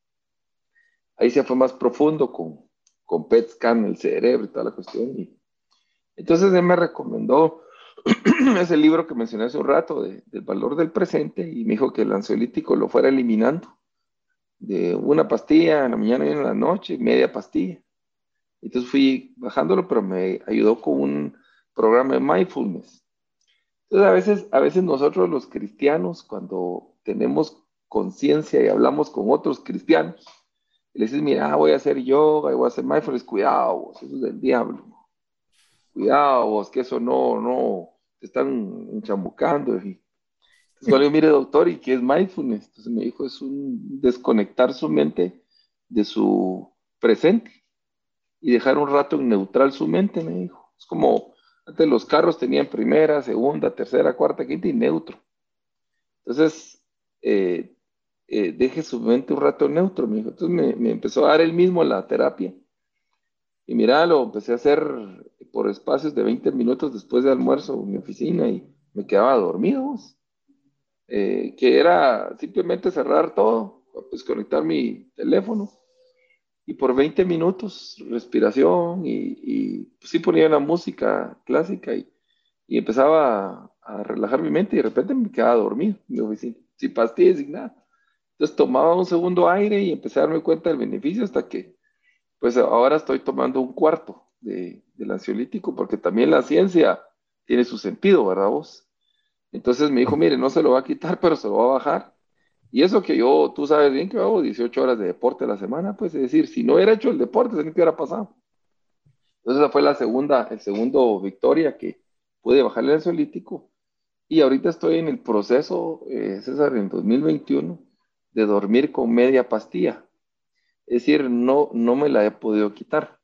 ahí se fue más profundo con PET scan, el cerebro y toda la cuestión. Y entonces él me recomendó ese libro que mencioné hace un rato, del valor del presente, y me dijo que el ansiolítico lo fuera eliminando de una pastilla en la mañana y en la noche, media pastilla. Entonces fui bajándolo, pero me ayudó con un programa de mindfulness. Entonces a veces nosotros los cristianos, cuando tenemos conciencia y hablamos con otros cristianos, y les dices, mira, voy a hacer yoga y voy a hacer mindfulness, cuidado, vos, eso es del diablo. Cuidado, vos, que eso no, te están enchambucando. Entonces yo le digo, mire, doctor, ¿y qué es mindfulness? Entonces me dijo, es un desconectar su mente de su presente y dejar un rato en neutral su mente, me dijo. Es como, antes los carros tenían primera, segunda, tercera, cuarta, quinta y neutro. Entonces, deje su mente un rato neutro, me dijo. Entonces me empezó a dar él mismo la terapia. Y mira, lo empecé a hacer por espacios de 20 minutos después de almuerzo en mi oficina y me quedaba dormido. Que era simplemente cerrar todo, desconectar mi teléfono y por 20 minutos respiración y pues, sí ponía la música clásica y empezaba a relajar mi mente y de repente me quedaba dormido en mi oficina, sin pastillas, sin nada. Entonces tomaba un segundo aire y empecé a darme cuenta del beneficio hasta que pues ahora estoy tomando un cuarto del ansiolítico porque también la ciencia tiene su sentido, ¿verdad vos? Entonces me dijo, mire, no se lo va a quitar, pero se lo va a bajar. Y eso que yo, tú sabes bien que hago 18 horas de deporte a la semana, pues es decir, si no hubiera hecho el deporte, ¿qué hubiera pasado? Entonces esa fue el segundo victoria que pude bajar el ansiolítico. Y ahorita estoy en el proceso, César, en 2021, de dormir con media pastilla. Es decir, no me la he podido quitar.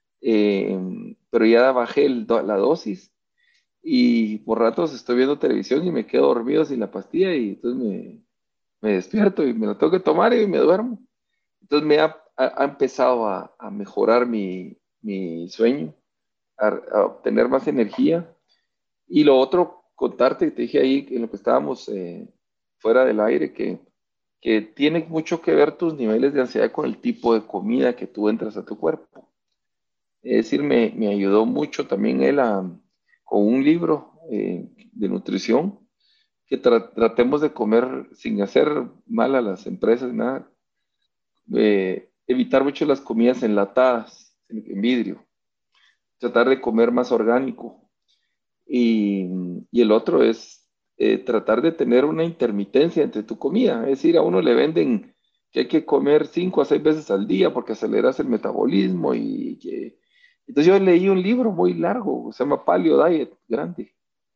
Pero ya bajé la dosis y por ratos estoy viendo televisión y me quedo dormido sin la pastilla y entonces me despierto y me la tengo que tomar y me duermo. Entonces ha empezado a mejorar mi sueño, a obtener más energía. Y lo otro, contarte, que te dije ahí en lo que estábamos fuera del aire, que tiene mucho que ver tus niveles de ansiedad con el tipo de comida que tú entras a tu cuerpo. Es decir, me ayudó mucho también él con un libro de nutrición, que tratemos de comer sin hacer mal a las empresas, nada. Evitar mucho las comidas enlatadas, en vidrio. Tratar de comer más orgánico. Y el otro es tratar de tener una intermitencia entre tu comida. Es decir, a uno le venden que hay que comer 5 a 6 veces al día porque aceleras el metabolismo y que... Entonces yo leí un libro muy largo, se llama Paleo Diet, grande,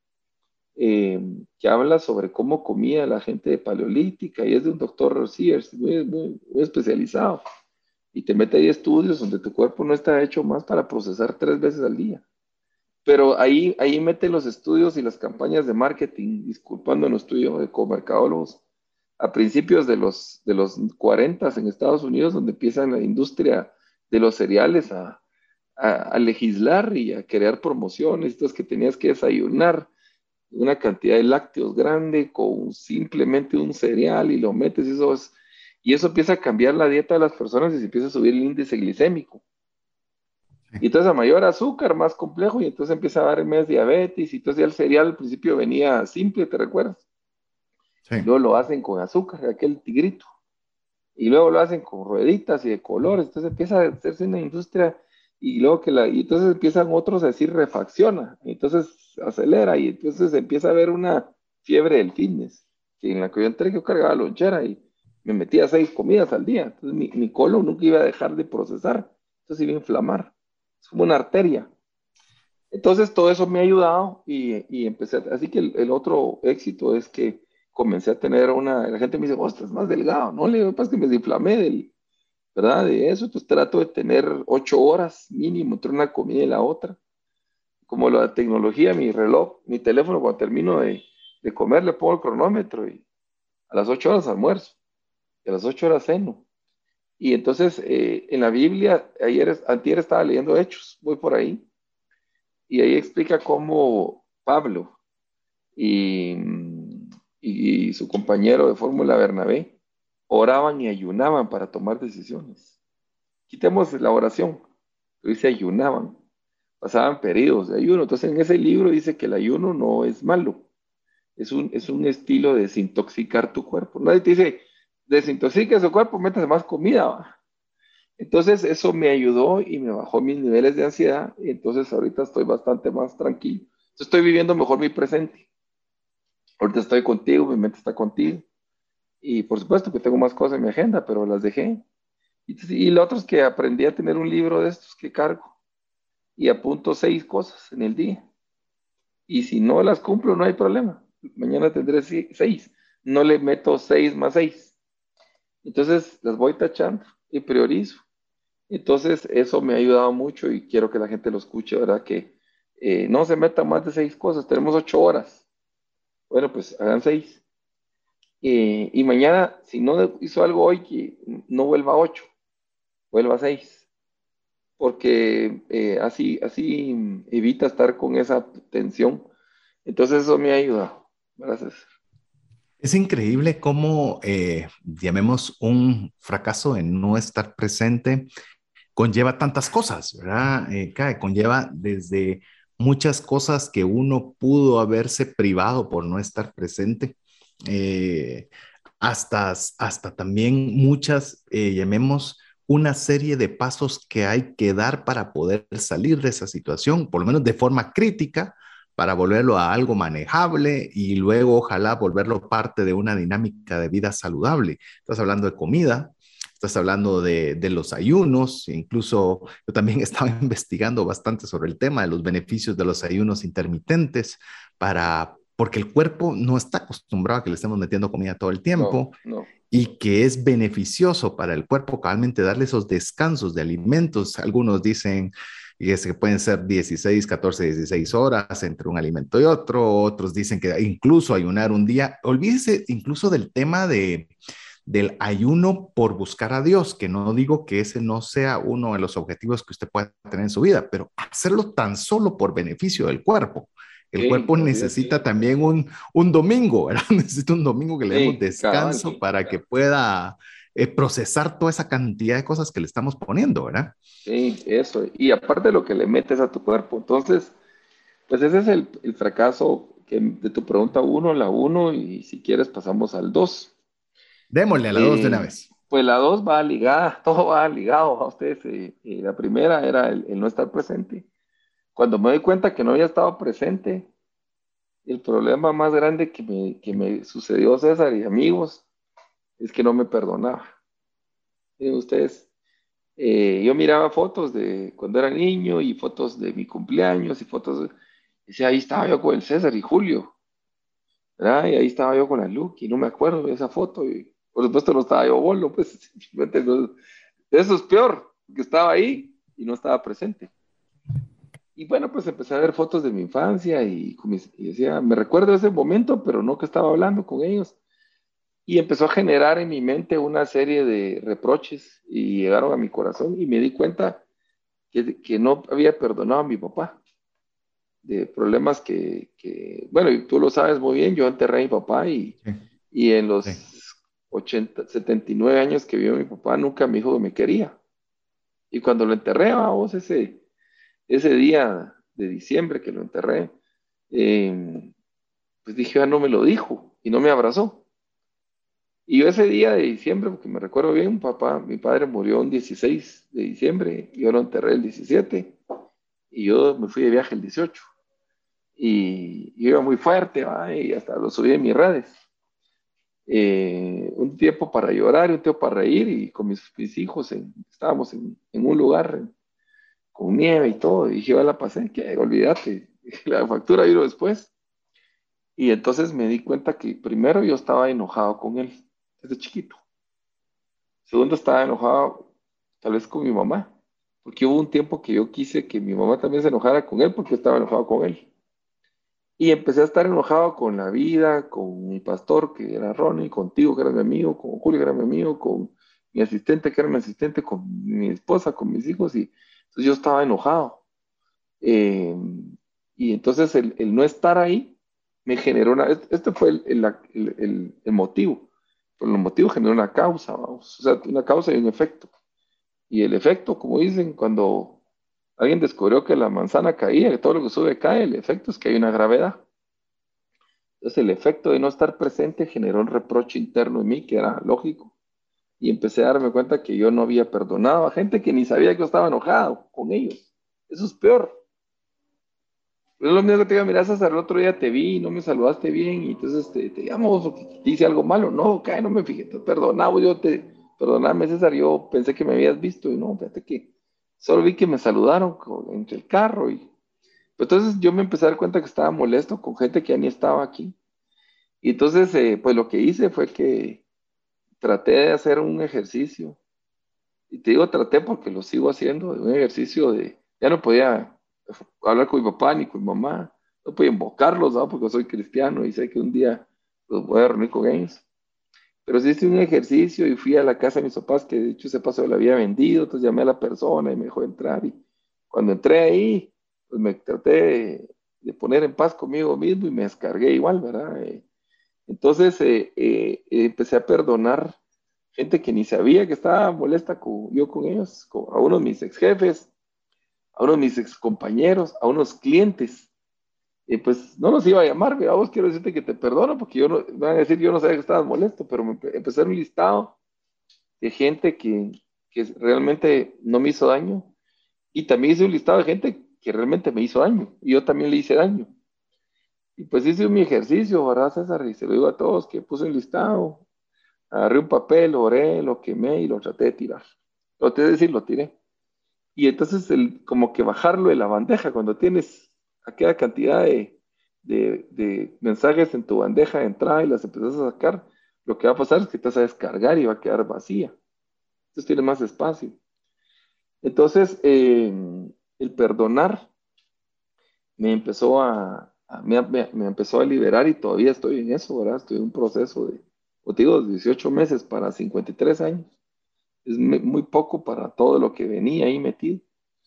que habla sobre cómo comía la gente paleolítica y es de un doctor Sears, muy especializado. Y te mete ahí estudios donde tu cuerpo no está hecho más para procesar 3 veces al día. Pero ahí mete los estudios y las campañas de marketing, disculpando en estudio de comercadólogos, a principios de los 40 en Estados Unidos, donde empieza la industria de los cereales a legislar y a crear promociones, entonces que tenías que desayunar una cantidad de lácteos grande con simplemente un cereal y lo metes y eso empieza a cambiar la dieta de las personas y se empieza a subir el índice glicémico. Y entonces a mayor azúcar, más complejo, y entonces empieza a dar más diabetes, y entonces ya el cereal al principio venía simple, ¿te recuerdas? Sí. Y luego lo hacen con azúcar, aquel tigrito. Y luego lo hacen con rueditas y de colores, entonces empieza a hacerse una industria, y luego y entonces empiezan otros a decir refacciona, y entonces acelera, y entonces empieza a haber una fiebre del fitness, que en la que yo entré yo cargaba lonchera y me metía 6 comidas al día, entonces mi colon nunca iba a dejar de procesar, entonces iba a inflamar. Es como una arteria. Entonces todo eso me ha ayudado y empecé, así que el otro éxito es que comencé a tener la gente me dice, vos estás más delgado, no, le digo, pasa que me desinflamé ¿verdad? De eso, entonces trato de tener 8 horas mínimo entre una comida y la otra. Como la tecnología, mi reloj, mi teléfono, cuando termino de comer, le pongo el cronómetro y a las 8 horas almuerzo, y a las 8 horas ceno. Y entonces en la Biblia, antier estaba leyendo Hechos, voy por ahí, y ahí explica cómo Pablo y, y su compañero de fórmula Bernabé oraban y ayunaban para tomar decisiones. quitemos la oración, pero se ayunaban, pasaban periodos de ayuno. Entonces en ese libro dice que el ayuno no es malo, es un estilo de desintoxicar tu cuerpo. Nadie te dice, desintoxique su cuerpo, métase más comida, ¿va? Entonces eso me ayudó y me bajó mis niveles de ansiedad, y entonces ahorita estoy bastante más tranquilo. Estoy viviendo mejor mi presente. Ahorita estoy contigo, mi mente está contigo. Y por supuesto que tengo más cosas en mi agenda, pero las dejé. Y lo otro es que aprendí a tener un libro de estos que cargo y apunto 6 cosas en el día. Y si no las cumplo, no hay problema. Mañana tendré 6. No le meto 6 más 6. Entonces las voy tachando y priorizo. Entonces eso me ha ayudado mucho y quiero que la gente lo escuche, ¿verdad? Que no se meta más de 6 cosas. Tenemos 8 horas. Bueno, pues hagan 6. Y mañana, si no hizo algo hoy, que no vuelva a 8, vuelva a 6, porque así evita estar con esa tensión. Entonces eso me ha ayudado. Gracias. Es increíble cómo, llamemos un fracaso en no estar presente, conlleva tantas cosas, ¿verdad? Conlleva desde muchas cosas que uno pudo haberse privado por no estar presente, eh, hasta también muchas, llamemos una serie de pasos que hay que dar para poder salir de esa situación, por lo menos de forma crítica, para volverlo a algo manejable y luego ojalá volverlo parte de una dinámica de vida saludable. Estás hablando de comida, estás hablando de los ayunos, incluso yo también estaba investigando bastante sobre el tema de los beneficios de los ayunos intermitentes porque el cuerpo no está acostumbrado a que le estemos metiendo comida todo el No, tiempo no. y que es beneficioso para el cuerpo cabalmente darle esos descansos de alimentos. Algunos dicen que pueden ser 16, 14, 16 horas entre un alimento y otro. Otros dicen que incluso ayunar un día. Olvídese incluso del tema del ayuno por buscar a Dios, que no digo que ese no sea uno de los objetivos que usted pueda tener en su vida, pero hacerlo tan solo por beneficio del cuerpo. El Sí, cuerpo así es. necesita también un domingo, ¿verdad? Necesita un domingo que le demos Sí, cabal. descanso para que pueda procesar toda esa cantidad de cosas que le estamos poniendo, ¿verdad? Sí, eso. Y aparte lo que le metes a tu cuerpo. Entonces, pues ese es el fracaso de tu pregunta uno, la uno, y si quieres pasamos al 2. Démosle a la dos de una vez. Pues la 2 va ligada, todo va ligado a ustedes. La primera era el no estar presente. Cuando me doy cuenta que no había estado presente, el problema más grande que me sucedió, César y amigos, es que no me perdonaba. Miren ustedes, yo miraba fotos de cuando era niño y fotos de mi cumpleaños y y decía, ahí estaba yo con el César y Julio, ¿verdad? Y ahí estaba yo con la Lucky, no me acuerdo de esa foto. Y por supuesto no estaba yo bolo, pues simplemente eso es peor, que estaba ahí y no estaba presente. Y bueno, pues empecé a ver fotos de mi infancia y decía, me recuerdo ese momento, pero no que estaba hablando con ellos. Y empezó a generar en mi mente una serie de reproches y llegaron a mi corazón y me di cuenta que no había perdonado a mi papá de problemas bueno, y tú lo sabes muy bien, yo enterré a mi papá Sí, y en los sí. 79 años que vivió mi papá nunca me dijo que me quería. Y cuando lo enterré, vamos, ese día de diciembre que lo enterré, pues dije, no me lo dijo y no me abrazó. Y yo ese día de diciembre, porque me recuerdo bien, mi padre murió el 16 de diciembre, y yo lo enterré el 17 y yo me fui de viaje el 18 y yo iba muy fuerte, ¿va? Y hasta lo subí en mis redes. Un tiempo para llorar y un tiempo para reír y con mis hijos estábamos en un lugar con nieve y todo, y dije, yo la pasé, que olvídate, la factura vino después. Y entonces me di cuenta que primero yo estaba enojado con él desde chiquito. Segundo, estaba enojado tal vez con mi mamá, porque hubo un tiempo que yo quise que mi mamá también se enojara con él porque yo estaba enojado con él. Y empecé a estar enojado con la vida, con mi pastor, que era Ronnie, contigo, que era mi amigo, con Julio, que era mi amigo, con mi asistente, que era mi asistente, con mi esposa, con mis hijos, y entonces yo estaba enojado. Eh, y entonces el no estar ahí me generó este fue el motivo, pero el motivo generó una causa, vamos, o sea, una causa y un efecto. Y el efecto, como dicen, cuando alguien descubrió que la manzana caía, que todo lo que sube cae, el efecto es que hay una gravedad. Entonces el efecto de no estar presente generó un reproche interno en mí que era lógico. Y empecé a darme cuenta que yo no había perdonado a gente que ni sabía que yo estaba enojado con ellos. Eso es peor. Es lo mismo que te digo, mira, César, el otro día te vi, no me saludaste bien, y entonces te llamo porque te hice algo malo. No, cae, no me fijé, te perdonaba, perdóname, César, yo pensé que me habías visto, y no, fíjate que solo vi que me saludaron entre el carro, y entonces yo me empecé a dar cuenta que estaba molesto con gente que ya ni estaba aquí. Y entonces, pues lo que hice fue que traté de hacer un ejercicio, y te digo traté porque lo sigo haciendo, un ejercicio ya no podía hablar con mi papá ni con mi mamá, no podía invocarlos, ¿no? Porque soy cristiano y sé que un día los voy a reunir con ellos. Pero sí hice un ejercicio y fui a la casa de mis papás, que de hecho ese paso lo había vendido, entonces llamé a la persona y me dejó entrar. Y cuando entré ahí, pues me traté de poner en paz conmigo mismo y me descargué igual, ¿verdad? Entonces empecé a perdonar gente que ni sabía que estaba molesta yo con ellos, a uno de mis ex jefes, a uno de mis ex compañeros, a unos clientes. Pues no los iba a llamar, pero a vos quiero decirte que te perdono porque yo no, van a decir yo no sabía que estabas molesto, pero empecé un listado de gente que realmente no me hizo daño y también hice un listado de gente que realmente me hizo daño y yo también le hice daño. Y pues hice mi ejercicio, ¿verdad, César? Y se lo digo a todos que puse un listado, agarré un papel, oré, lo quemé y lo traté de tirar. Lo traté de decir, lo tiré. Y entonces como que bajarlo de la bandeja cuando tienes aquella cantidad de mensajes en tu bandeja de entrada y las empezás a sacar, lo que va a pasar es que te vas a descargar y va a quedar vacía. Entonces tienes más espacio. Entonces, el perdonar me empezó me empezó a liberar y todavía estoy en eso, ¿verdad? Estoy en un proceso como te digo, 18 meses para 53 años. Es muy poco para todo lo que venía ahí metido.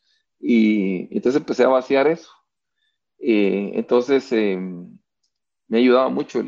Y entonces empecé a vaciar eso. Entonces me ha ayudado mucho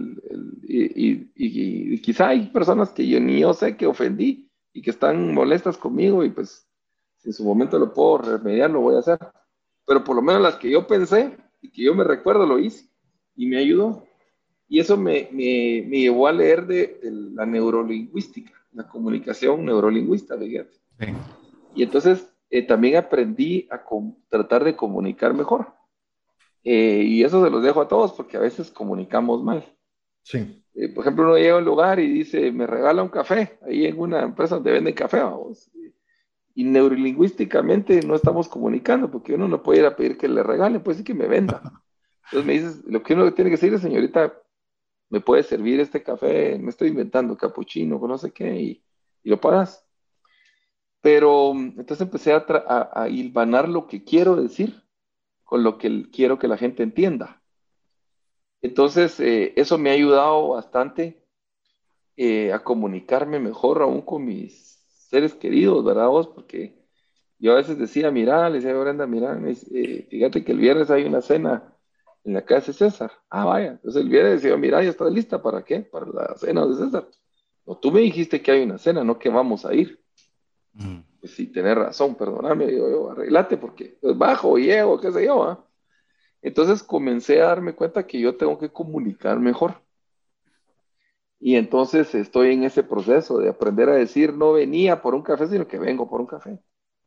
y quizá hay personas que yo ni yo sé que ofendí y que están molestas conmigo y pues si en su momento lo puedo remediar, lo voy a hacer. Pero por lo menos las que yo pensé y que yo me recuerdo lo hice y me ayudó. Y eso me llevó a leer de la neurolingüística, la comunicación neurolingüista, fíjate. Sí. Y entonces también aprendí a tratar de comunicar mejor. Y eso se los dejo a todos porque a veces comunicamos mal. Sí. Por ejemplo, uno llega a un lugar y dice, me regala un café, ahí en una empresa donde venden café, vamos. Y neurolingüísticamente no estamos comunicando porque uno no puede ir a pedir que le regalen, puede decir que me venda. Entonces me dices, lo que uno tiene que decir es, señorita, ¿me puede servir este café? Me estoy inventando capuchino, no sé qué, y lo pagas. Pero entonces empecé a hilvanar lo que quiero decir con lo que quiero que la gente entienda. Entonces, eso me ha ayudado bastante a comunicarme mejor aún con mis seres queridos, ¿verdad vos? Porque yo a veces decía, mira, le decía a Brenda, mira, fíjate que el viernes hay una cena en la casa de César. Ah, vaya. Entonces el viernes decía, mira, ya está lista, ¿para qué? Para la cena de César. No, tú me dijiste que hay una cena, no que vamos a ir. Mm. Pues sí, tenés razón, perdóname, digo yo, arreglate porque pues, bajo, llego, qué sé yo, ¿ah? Entonces comencé a darme cuenta que yo tengo que comunicar mejor. Y entonces estoy en ese proceso de aprender a decir, no venía por un café, sino que vengo por un café.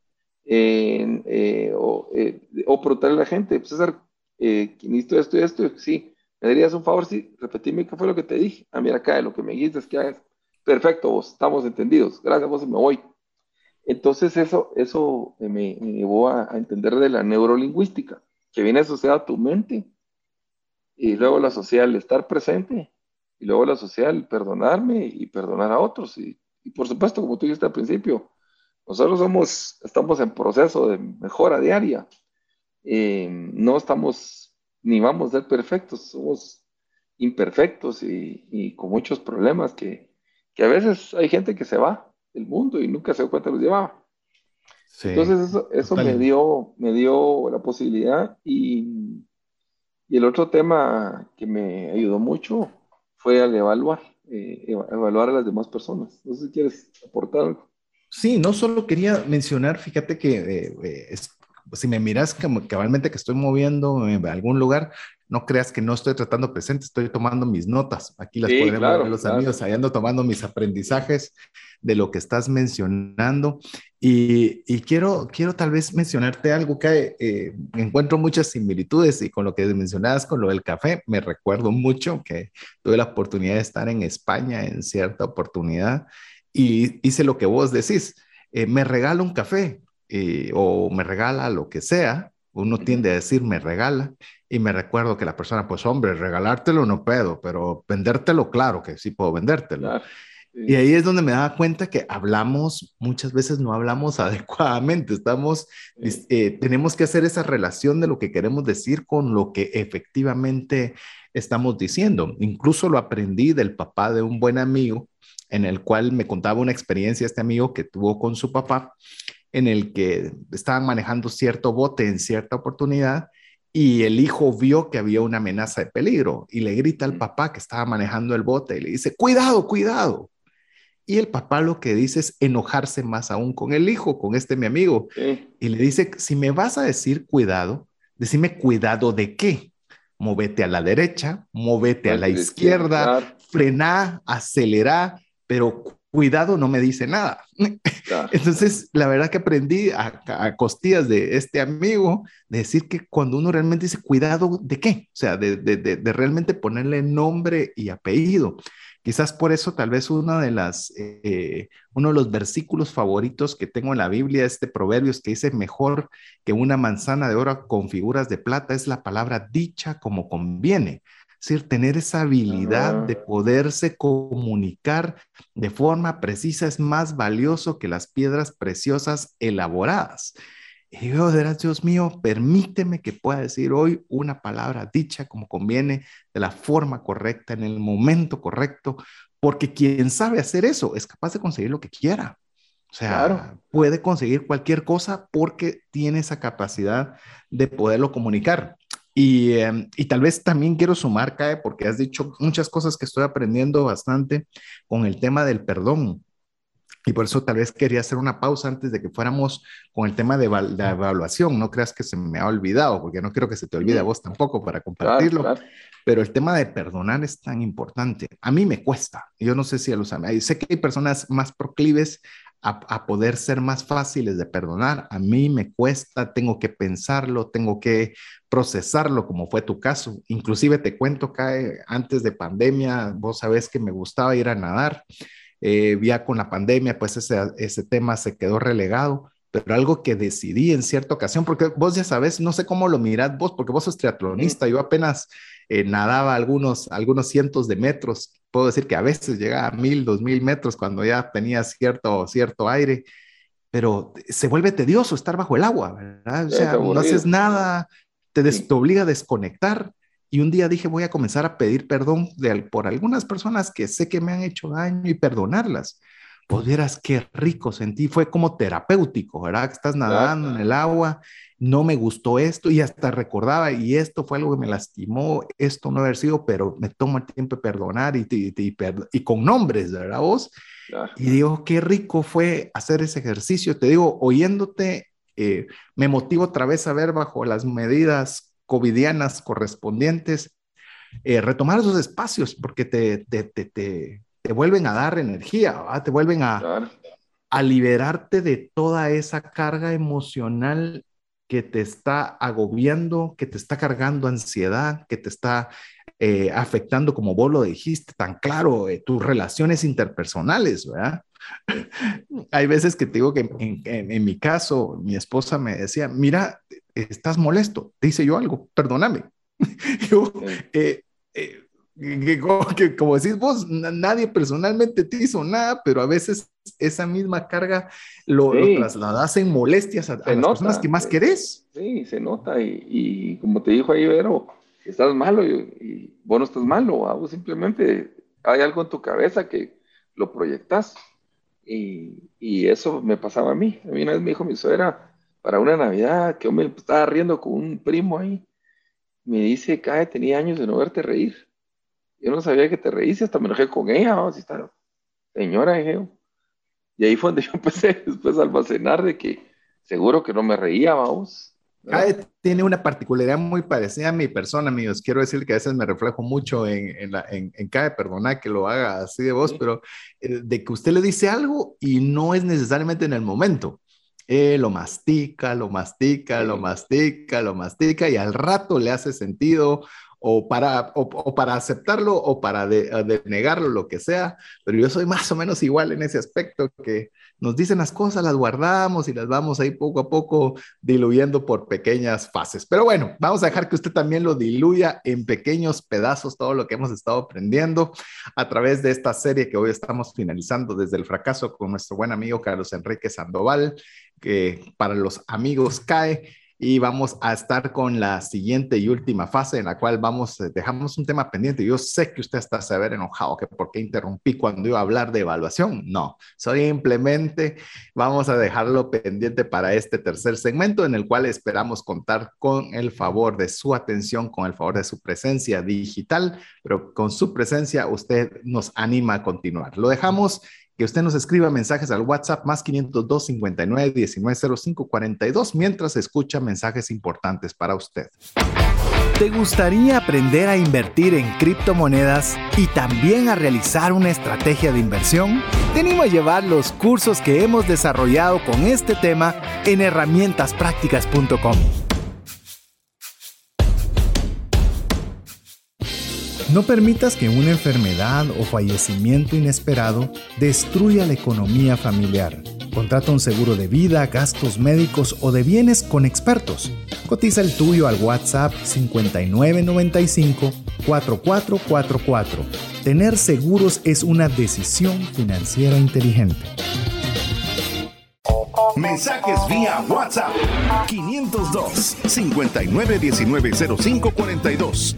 O preguntarle a la gente, pues, César, necesito esto y esto, sí, ¿me darías un favor? Sí, repetime qué fue lo que te dije. Ah, mira acá, lo que me dijiste es que hagas. Perfecto, vos, estamos entendidos. Gracias, vos, y me voy. Entonces eso me llevó a entender de la neurolingüística, que viene asociada a tu mente, y luego la social estar presente, y luego la social perdonarme y perdonar a otros. Y por supuesto, como tú dijiste al principio, nosotros estamos en proceso de mejora diaria. No estamos ni vamos a ser perfectos, somos imperfectos y con muchos problemas que a veces hay gente que se va del mundo y nunca se dio cuenta que los llevaba. Sí. Entonces eso Total. me dio la posibilidad y el otro tema que me ayudó mucho fue al evaluar a las demás personas. No sé si quieres aportar algo. Sí, no solo quería mencionar, fíjate que si me miras como cabalmente que estoy moviendo en algún lugar, no creas que no estoy tratando presente, estoy tomando mis notas. Aquí las Sí, podremos ver claro, los claro. amigos, ahí ando tomando mis aprendizajes de lo que estás mencionando. Y quiero tal vez mencionarte algo que encuentro muchas similitudes y con lo que mencionabas con lo del café, me recuerdo mucho que tuve la oportunidad de estar en España en cierta oportunidad y hice lo que vos decís, me regala un café o me regala lo que sea, uno Ujú. tiende a decir me regala y me recuerdo que la persona, pues hombre, regalártelo no puedo, pero vendértelo, claro que sí puedo vendértelo. Claro. Y Sí, ahí es donde me daba cuenta que hablamos, muchas veces no hablamos adecuadamente, sí. tenemos que hacer esa relación de lo que queremos decir con lo que efectivamente estamos diciendo. Incluso lo aprendí del papá de un buen amigo, en el cual me contaba una experiencia este amigo que tuvo con su papá, en el que estaban manejando cierto bote en cierta oportunidad y el hijo vio que había una amenaza de peligro y le grita al Ujú. papá que estaba manejando el bote y le dice, cuidado, cuidado. Y el papá lo que dice es enojarse más aún con el hijo, con este mi amigo. Sí, Y le dice, si me vas a decir cuidado, decime cuidado de qué. Móvete a la derecha, móvete a la vete a la izquierda, izquierda, claro, frená, acelera, pero cuidado no me dice nada. claro. Entonces, la verdad que aprendí a costillas de este amigo de decir que cuando uno realmente dice cuidado de qué, o sea, de realmente ponerle nombre y apellido. Quizás por eso tal vez uno de los versículos favoritos que tengo en la Biblia es de Proverbios que dice, mejor que una manzana de oro con figuras de plata es la palabra dicha como conviene. Es decir, tener esa habilidad de Ajá. poderse comunicar de forma precisa es más valioso que las piedras preciosas elaboradas. Y yo, de verdad, Dios mío, permíteme que pueda decir hoy una palabra dicha como conviene, de la forma correcta, en el momento correcto, porque quien sabe hacer eso es capaz de conseguir lo que quiera. O Claro. sea, puede conseguir cualquier cosa porque tiene esa capacidad de poderlo comunicar. Y tal vez también quiero sumar, Cae, porque has dicho muchas cosas que estoy aprendiendo bastante con el tema del perdón. Y por eso tal vez quería hacer una pausa antes de que fuéramos con el tema de evaluación. No creas que se me ha olvidado, porque no quiero que se te olvide a Ujú. vos tampoco para Claro, compartirlo. claro. Pero el tema de perdonar es tan importante. A mí me cuesta. Yo no sé si a los amigos, sé que hay personas más proclives a poder ser más fáciles de perdonar. A mí me cuesta, tengo que pensarlo, tengo que procesarlo, como fue tu caso. Inclusive te cuento, Cae, antes de pandemia, vos sabés que me gustaba ir a nadar. Ya con la pandemia, pues ese tema se quedó relegado, pero algo que decidí en cierta ocasión, porque vos ya sabes, no sé cómo lo mirás vos, porque vos sos Ujú. triatlonista, yo apenas nadaba algunos cientos de metros, puedo decir que a veces llegaba a 1000, 2000 metros cuando ya tenía cierto aire, pero se vuelve tedioso estar bajo el agua, ¿verdad? O Es sea, no haces aburrido. nada, te Sí. obliga a desconectar. Y un día dije, voy a comenzar a pedir perdón por algunas personas que sé que me han hecho daño y perdonarlas. Pues vieras qué rico sentí, fue como terapéutico, ¿verdad? Que estás Claro. nadando en el agua, no me gustó esto y hasta recordaba, y esto fue algo que me lastimó, esto no haber sido, pero me tomo el tiempo de perdonar y con nombres, ¿verdad vos? Claro. Y digo, qué rico fue hacer ese ejercicio. Te digo, oyéndote, me motivo otra vez a ver bajo las medidas covidianas correspondientes, retomar esos espacios porque te vuelven a dar energía, ¿verdad? Te vuelven Claro. a liberarte de toda esa carga emocional que te está agobiando, que te está cargando ansiedad, que te está afectando, como vos lo dijiste, tan claro, tus relaciones interpersonales, ¿verdad? Hay veces que te digo que en mi caso, mi esposa me decía, mira, estás molesto, te hice yo algo, perdóname. Yo, Sí. eh, eh, como decís vos, nadie personalmente te hizo nada, pero a veces esa misma carga lo Sí, trasladas en molestias a se las personas que nota. más querés. Sí, se nota. Y como te dijo ahí, Vero, estás malo y vos no estás malo. Vos simplemente hay algo en tu cabeza que lo proyectas. Y eso me pasaba a mí. A mí una vez me dijo mi suegra para una Navidad que yo me estaba riendo con un primo ahí. Me dice, Cae, tenía años de no verte reír. Yo no sabía que te reíste, hasta me enojé con ella. Vamos, y esta señora, dije yo. Y ahí fue donde yo empecé después a almacenar de que seguro que no me reía, vamos. CAE tiene una particularidad muy parecida a mi persona, amigos. Quiero decir que a veces me reflejo mucho en CAE, perdona que lo haga así de voz, Sí. pero de que usted le dice algo y no es necesariamente en el momento. Lo mastica, lo mastica, lo Sí. mastica, lo mastica y al rato le hace sentido o para aceptarlo o para denegarlo, lo que sea. Pero yo soy más o menos igual en ese aspecto, que nos dicen las cosas, las guardamos y las vamos ahí poco a poco diluyendo por pequeñas fases. Pero bueno, vamos a dejar que usted también lo diluya en pequeños pedazos, todo lo que hemos estado aprendiendo a través de esta serie que hoy estamos finalizando desde el fracaso con nuestro buen amigo Carlos Enrique Sandoval, que para los amigos CAE. Y vamos a estar con la siguiente y última fase en la cual dejamos un tema pendiente. Yo sé que usted está severo enojado, que por qué interrumpí cuando iba a hablar de evaluación. No, simplemente vamos a dejarlo pendiente para este tercer segmento en el cual esperamos contar con el favor de su atención, con el favor de su presencia digital, pero con su presencia usted nos anima a continuar. Lo dejamos que usted nos escriba mensajes al WhatsApp más 502 59 19 05 42 mientras escucha mensajes importantes para usted. ¿Te gustaría aprender a invertir en criptomonedas y también a realizar una estrategia de inversión? Te animo a llevar los cursos que hemos desarrollado con este tema en herramientasprácticas.com. No permitas que una enfermedad o fallecimiento inesperado destruya la economía familiar. Contrata un seguro de vida, gastos médicos o de bienes con expertos. Cotiza el tuyo al WhatsApp 5995 4444. Tener seguros es una decisión financiera inteligente. Mensajes vía WhatsApp 502 59 19 05 42.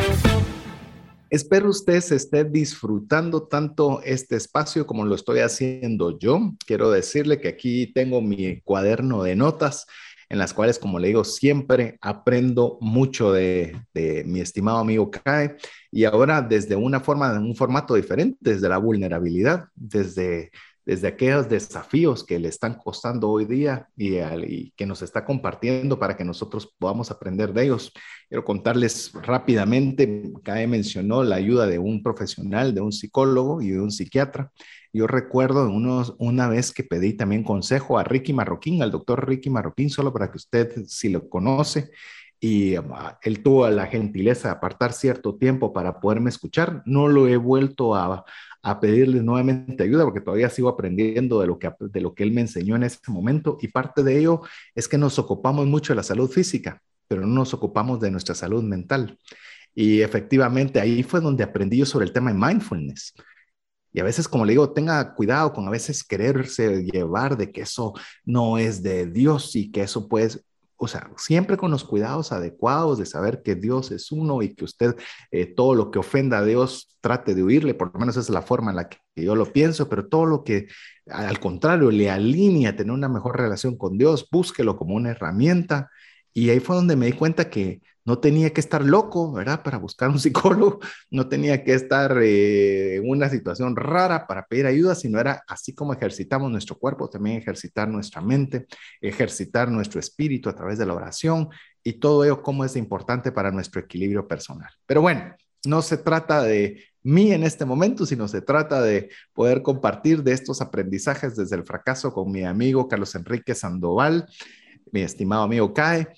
Espero usted se esté disfrutando tanto este espacio como lo estoy haciendo yo. Quiero decirle que aquí tengo mi cuaderno de notas en las cuales, como le digo, siempre aprendo mucho de mi estimado amigo CAE, y ahora desde un formato diferente, desde la vulnerabilidad, desde aquellos desafíos que le están costando hoy día y que nos está compartiendo para que nosotros podamos aprender de ellos. Quiero contarles rápidamente, CAE mencionó la ayuda de un profesional, de un psicólogo y de un psiquiatra. Yo recuerdo una vez que pedí también consejo a Ricky Marroquín, al doctor Ricky Marroquín, solo para que usted, si lo conoce, y él tuvo la gentileza de apartar cierto tiempo para poderme escuchar. No lo he vuelto a pedirle nuevamente ayuda porque todavía sigo aprendiendo de lo que él me enseñó en ese momento, y parte de ello es que nos ocupamos mucho de la salud física, pero no nos ocupamos de nuestra salud mental. Y efectivamente ahí fue donde aprendí yo sobre el tema de mindfulness. Y a veces, como le digo, tenga cuidado con a veces quererse llevar de que eso no es de Dios y que eso puede, o sea, siempre con los cuidados adecuados de saber que Dios es uno y que usted todo lo que ofenda a Dios trate de huirle, por lo menos esa es la forma en la que yo lo pienso, pero todo lo que al contrario le alinea a tener una mejor relación con Dios, búsquelo como una herramienta. Y ahí fue donde me di cuenta que no tenía que estar loco, ¿verdad? Para buscar un psicólogo, no tenía que estar en una situación rara para pedir ayuda, sino era así como ejercitamos nuestro cuerpo, también ejercitar nuestra mente, ejercitar nuestro espíritu a través de la oración, y todo ello como es importante para nuestro equilibrio personal. Pero bueno, no se trata de mí en este momento, sino se trata de poder compartir de estos aprendizajes desde el fracaso con mi amigo Carlos Enrique Sandoval, mi estimado amigo CAE.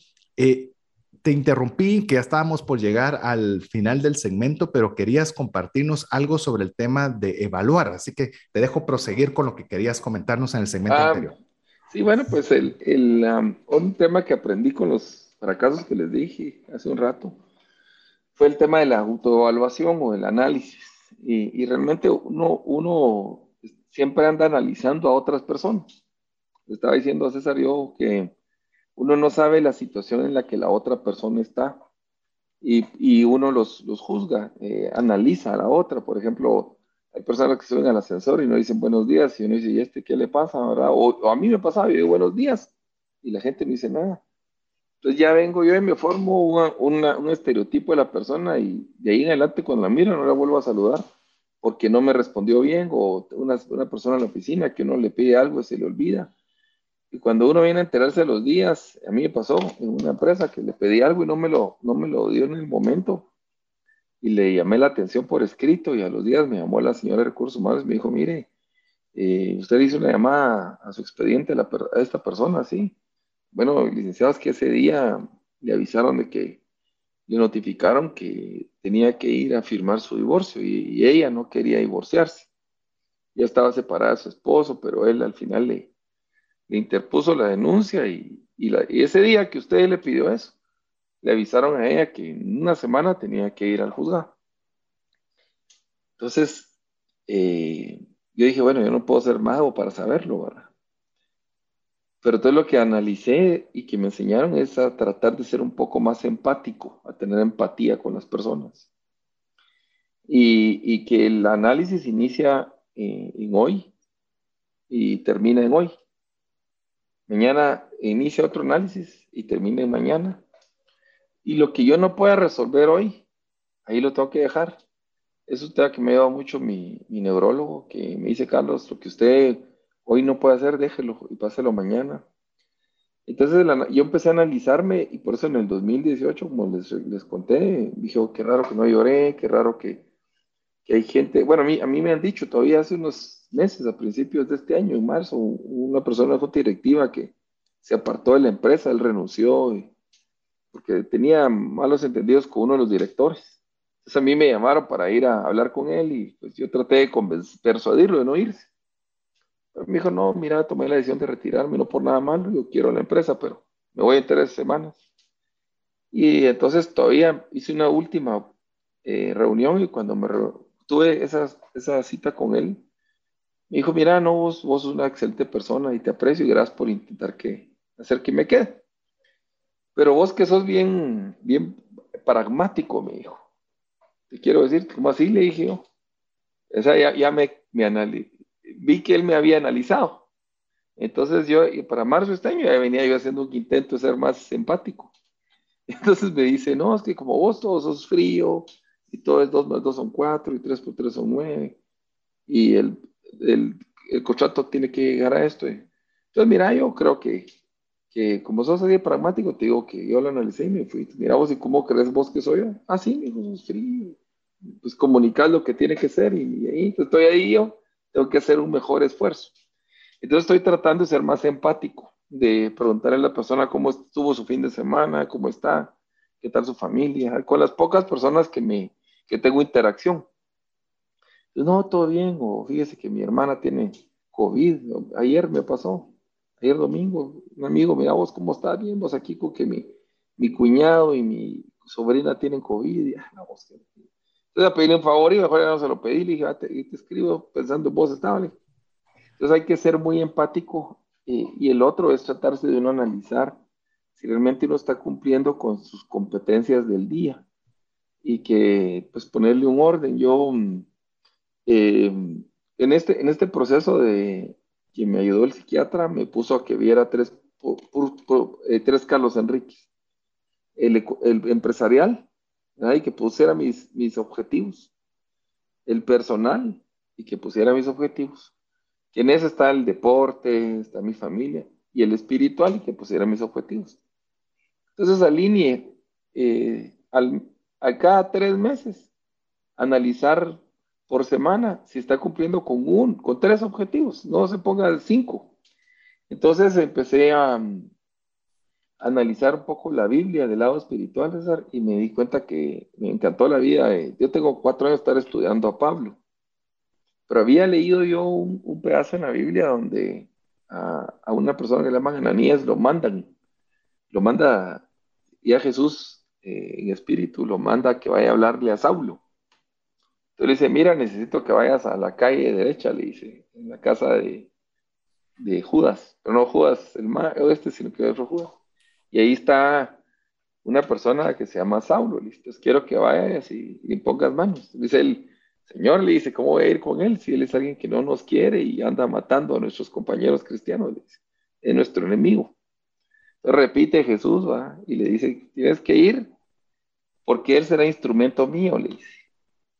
Te interrumpí, que ya estábamos por llegar al final del segmento, pero querías compartirnos algo sobre el tema de evaluar, así que te dejo proseguir con lo que querías comentarnos en el segmento anterior. Sí, bueno, pues un tema que aprendí con los fracasos que les dije hace un rato fue el tema de la autoevaluación o el análisis. Y realmente uno siempre anda analizando a otras personas. Le estaba diciendo a César yo que uno no sabe la situación en la que la otra persona está y uno los juzga, analiza a la otra. Por ejemplo, hay personas que suben al ascensor y no dicen buenos días y uno dice, ¿y este qué le pasa? ¿Verdad? O a mí me pasaba, yo digo buenos días y la gente no dice nada. Entonces ya vengo yo y me formo un estereotipo de la persona y de ahí en adelante cuando la miro no la vuelvo a saludar porque no me respondió bien, o una persona en la oficina que uno le pide algo y se le olvida. Y cuando uno viene a enterarse de los días, a mí me pasó en una empresa que le pedí algo y no me lo dio en el momento, y le llamé la atención por escrito, y a los días me llamó la señora de Recursos Humanos y me dijo, mire, usted hizo una llamada a su expediente a esta persona, ¿sí? Bueno, licenciado, es que ese día le avisaron de que le notificaron que tenía que ir a firmar su divorcio, y ella no quería divorciarse. Ya estaba separada de su esposo, pero él al final le interpuso la denuncia, y ese día que usted le pidió eso, le avisaron a ella que en una semana tenía que ir al juzgado. Entonces, yo dije, bueno, yo no puedo ser mago para saberlo, ¿verdad? Pero entonces lo que analicé y que me enseñaron es a tratar de ser un poco más empático, a tener empatía con las personas. Y que el análisis inicia en hoy y termina en hoy. Mañana inicia otro análisis y termina en mañana. Y lo que yo no pueda resolver hoy, ahí lo tengo que dejar. Eso es un tema que me ha ayudado mucho mi neurólogo, que me dice, Carlos, lo que usted hoy no puede hacer, déjelo y páselo mañana. Entonces yo empecé a analizarme, y por eso en el 2018, como les conté, dije, oh, qué raro que no lloré, qué raro que hay gente, bueno, a mí me han dicho todavía hace unos meses, a principios de este año, en marzo, una persona de la junta directiva que se apartó de la empresa, él renunció, porque tenía malos entendidos con uno de los directores. Entonces a mí me llamaron para ir a hablar con él, y pues yo traté de persuadirlo de no irse. Pero me dijo, no, mira, tomé la decisión de retirarme, no por nada malo, yo quiero la empresa, pero me voy en 3 semanas. Y entonces todavía hice una última reunión, y cuando tuve esa cita con él, me dijo, mira, no, vos sos una excelente persona y te aprecio y gracias por intentar hacer que me quede. Pero vos que sos bien, bien pragmático, me dijo. Te quiero decir, ¿cómo así? Le dije yo. O sea, ya vi que él me había analizado. Entonces yo, para marzo de este año, ya venía yo haciendo un intento de ser más empático. Entonces me dice, no, es que como vos todos sos frío, y todo es 2 más 2 son 4, y 3 por 3 son 9, y el contrato tiene que llegar a esto. Entonces, mira, yo creo que como sos así pragmático, te digo que yo lo analicé y me fui. Mira vos, ¿y cómo crees vos que soy yo? Ah, sí, me dijo, sos frío. Pues comunicar lo que tiene que ser, y ahí pues, estoy ahí yo, tengo que hacer un mejor esfuerzo. Entonces estoy tratando de ser más empático, de preguntarle a la persona cómo estuvo su fin de semana, cómo está, qué tal su familia, con las pocas personas que tengo interacción. Entonces, no, todo bien, o fíjese que mi hermana tiene COVID, ayer me pasó, ayer domingo, un amigo, mira vos cómo estás, bien, vos aquí con que mi cuñado y mi sobrina tienen COVID, y vos, entonces a pedirle un favor, y mejor ya no se lo pedí, le dije, te escribo pensando en vos, estable. Entonces hay que ser muy empático, y el otro es tratarse de uno analizar si realmente uno está cumpliendo con sus competencias del día, y que pues ponerle un orden. Yo en este proceso de que me ayudó el psiquiatra, me puso a que viera 3 Carlos Enríquez, el empresarial, ¿verdad? Y que pusiera mis objetivos, el personal, y que pusiera mis objetivos. Que en ese está el deporte, está mi familia, y el espiritual, y que pusiera mis objetivos. Entonces alinee a cada 3 meses, analizar por semana si está cumpliendo con 3 objetivos, no se ponga 5. Entonces empecé a analizar un poco la Biblia del lado espiritual, César, y me di cuenta que me encantó la vida. Yo tengo 4 años de estar estudiando a Pablo, pero había leído yo un pedazo en la Biblia donde a una persona que le llaman Ananías lo manda, y a Jesús en espíritu lo manda a que vaya a hablarle a Saulo. Entonces le dice, mira, necesito que vayas a la calle derecha, le dice, en la casa de Judas, pero no Judas el oeste, sino que otro Judas. Y ahí está una persona que se llama Saulo, listo, quiero que vayas y le pongas manos. Dice el Señor, le dice, ¿cómo voy a ir con él si él es alguien que no nos quiere y anda matando a nuestros compañeros cristianos? Le dice, es nuestro enemigo. Entonces repite Jesús, ¿va? Y le dice, tienes que ir porque él será instrumento mío, le dice.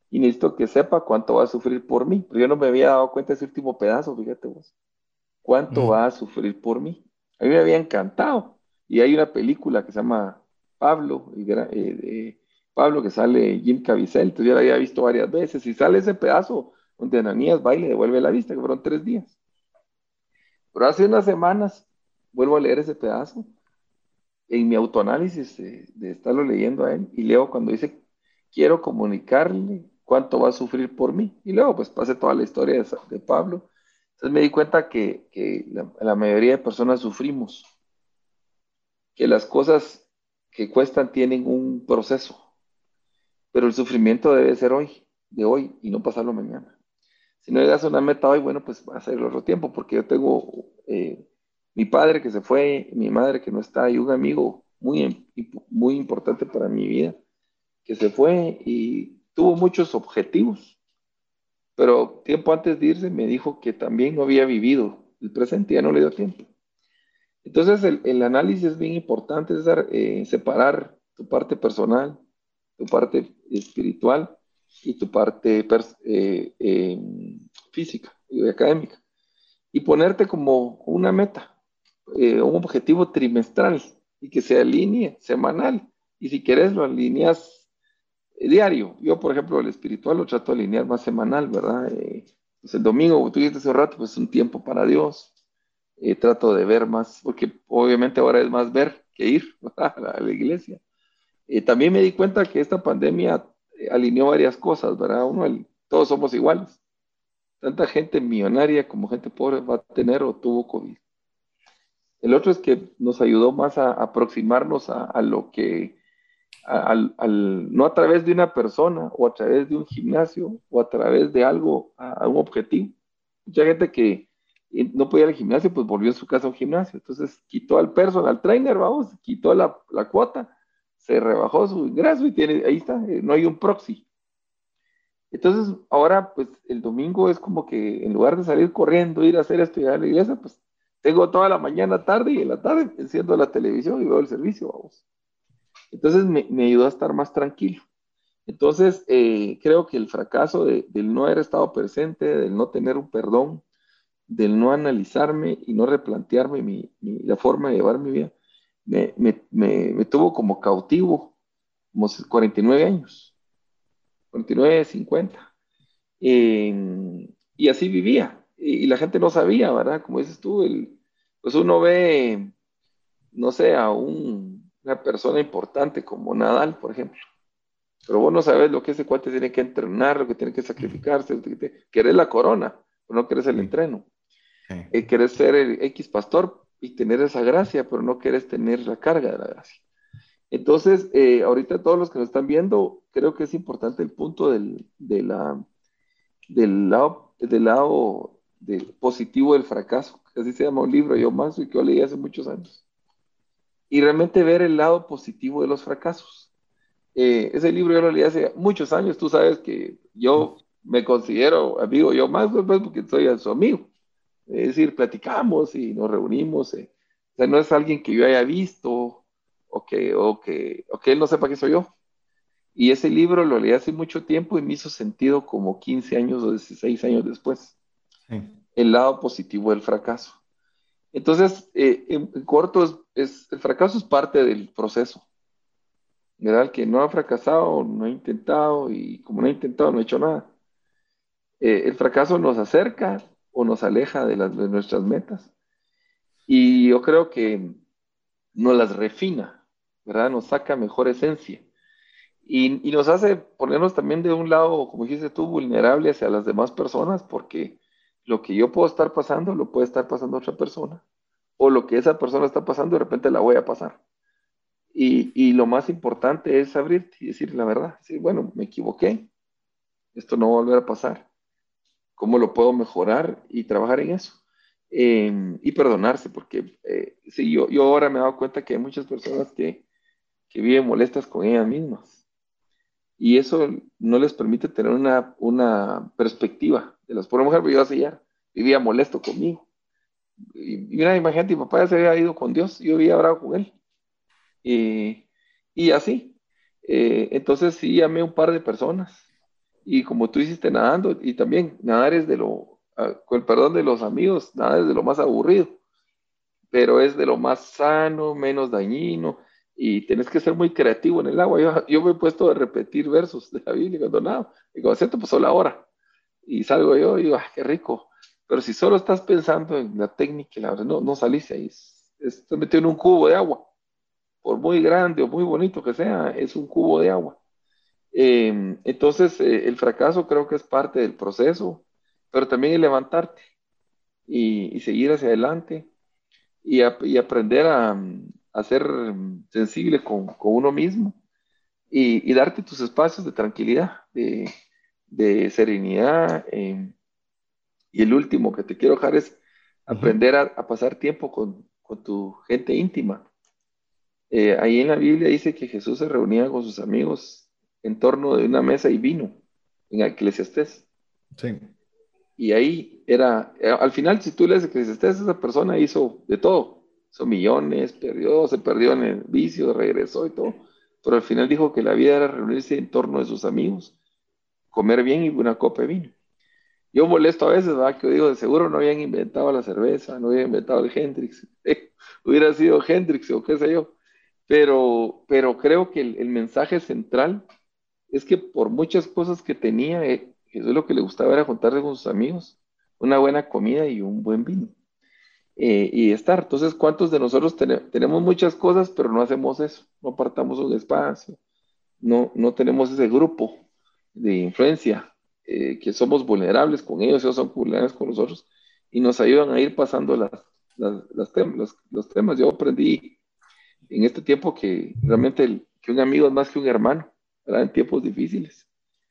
y necesito que sepa cuánto va a sufrir por mí. Pero yo no me había dado cuenta de ese último pedazo, fíjate vos. ¿Cuánto Mm. va a sufrir por mí? A mí me había encantado. Y hay una película que se llama Pablo, Pablo, que sale Jim Caviezel, entonces yo la había visto varias veces, y sale ese pedazo donde Ananías va y le devuelve la vista, que fueron 3 días. Pero hace unas semanas vuelvo a leer ese pedazo en mi autoanálisis de estarlo leyendo a él, y leo cuando dice, quiero comunicarle cuánto va a sufrir por mí. Y luego pues pasé toda la historia de Pablo. Entonces me di cuenta que la mayoría de personas sufrimos, que las cosas que cuestan tienen un proceso, pero el sufrimiento debe ser hoy, de hoy, y no pasarlo mañana. Si no llegas a una meta hoy, bueno, pues va a ser otro tiempo, porque yo tengo mi padre que se fue, mi madre que no está, y un amigo muy importante para mi vida que se fue y tuvo muchos objetivos, pero tiempo antes de irse me dijo que también no había vivido el presente, ya no le dio tiempo. Entonces el análisis es bien importante, es separar tu parte personal, tu parte espiritual y tu parte física y académica, y ponerte como una meta, un objetivo trimestral y que se alinee semanal, y si querés lo alineas diario. Yo, por ejemplo, el espiritual lo trato de alinear más semanal, ¿verdad? Pues el domingo, como tú dijiste hace un rato, pues es un tiempo para Dios. Trato de ver más, porque obviamente ahora es más ver que ir a la iglesia. También me di cuenta que esta pandemia alineó varias cosas, ¿verdad? Todos somos iguales. Tanta gente millonaria como gente pobre va a tener o tuvo COVID. El otro es que nos ayudó más a aproximarnos a lo que, no a través de una persona o a través de un gimnasio o a través de algo, a un objetivo. Mucha gente que no podía ir al gimnasio, pues volvió a su casa a un gimnasio. Entonces quitó al personal trainer, vamos, quitó la cuota, se rebajó su ingreso y ahí está, no hay un proxy. Entonces, ahora, pues, el domingo es como que en lugar de salir corriendo, ir a hacer esto y ir a la iglesia, pues, tengo toda la mañana, tarde, y en la tarde enciendo la televisión y veo el servicio, vamos. Entonces, me ayudó a estar más tranquilo. Entonces, creo que el fracaso del no haber estado presente, del no tener un perdón, del no analizarme y no replantearme la forma de llevar mi vida, me tuvo como cautivo, como 49 años. 49, 50. Y así vivía. Y la gente no sabía, ¿verdad? Como dices tú, pues uno ve, no sé, una persona importante como Nadal, por ejemplo. Pero vos no sabes lo que ese cuate tiene que entrenar, lo que tiene que sacrificarse. Querés la corona, pero no querés el Sí, entreno. sí. Querés ser el X pastor y tener esa gracia, pero no querés tener la carga de la gracia. Entonces, ahorita todos los que nos están viendo, creo que es importante el punto del lado positivo del fracaso, que así se llama un libro, yo más y que yo leí hace muchos años. Y realmente ver el lado positivo de los fracasos. Ese libro yo lo leí hace muchos años, tú sabes que yo me considero amigo, yo más pues, porque soy su amigo. Es decir, platicamos y nos reunimos. O sea, no es alguien que yo haya visto o que él no sepa que soy yo. Y ese libro lo leí hace mucho tiempo y me hizo sentido como 15 años o 16 años después. Sí. El lado positivo del fracaso. Entonces, en corto, el fracaso es parte del proceso. ¿Verdad? El que no ha fracasado, no ha intentado, y como no ha intentado, no ha hecho nada. El fracaso nos acerca o nos aleja de nuestras metas. Y yo creo que nos las refina, ¿verdad? Nos saca mejor esencia. Y nos hace ponernos también de un lado, como dijiste tú, vulnerable hacia las demás personas, porque lo que yo puedo estar pasando, lo puede estar pasando otra persona. O lo que esa persona está pasando, de repente la voy a pasar. Y lo más importante es abrirte y decir la verdad. Decir, bueno, me equivoqué, esto no va a volver a pasar. ¿Cómo lo puedo mejorar y trabajar en eso? Y perdonarse, porque sí, yo ahora me he dado cuenta que hay muchas personas que viven molestas con ellas mismas. Y eso no les permite tener una perspectiva de las. Por ejemplo, yo hace ya vivía molesto conmigo. Y mira, imagínate, mi papá ya se había ido con Dios, yo había hablado con él. Y así. Entonces sí llamé a un par de personas Y como tú hiciste nadando, y también nadar es con el perdón de los amigos, nadar es de lo más aburrido, pero es de lo más sano, menos dañino, y tenés que ser muy creativo en el agua. Yo me he puesto a repetir versos de la Biblia cuando nado, y cuando siento pasó la hora, y salgo yo y digo, qué rico. Pero si solo estás pensando en la técnica, la verdad, no saliste ahí. Estás metido en un cubo de agua, por muy grande o muy bonito que sea, es un cubo de agua. Entonces, el fracaso creo que es parte del proceso, pero también el levantarte y seguir hacia adelante y aprender a ser sensible con uno mismo y darte tus espacios de tranquilidad, de serenidad. Y el último que te quiero dejar es Ujú. aprender a pasar tiempo con tu gente íntima. Ahí en la Biblia dice que Jesús se reunía con sus amigos en torno de una mesa y vino, en Eclesiastés. Sí. Y ahí al final, si tú lees Eclesiastés, esa persona hizo de todo. Hizo millones, se perdió en el vicio, regresó y todo. Pero al final dijo que la vida era reunirse en torno de sus amigos, comer bien y una copa de vino. Yo molesto a veces, ¿verdad? Que digo, de seguro no habían inventado la cerveza, no habían inventado el Hendrix. Hubiera sido Hendrix o qué sé yo. Pero creo que el mensaje central es que por muchas cosas que tenía, Jesús lo que le gustaba era juntarse con sus amigos, una buena comida y un buen vino. Y estar. Entonces, ¿cuántos de nosotros tenemos muchas cosas, pero no hacemos eso? No apartamos un espacio, no tenemos ese grupo de influencia, que somos vulnerables con ellos, ellos son vulnerables con nosotros, y nos ayudan a ir pasando los temas. Yo aprendí en este tiempo que realmente que un amigo es más que un hermano, ¿verdad? En tiempos difíciles.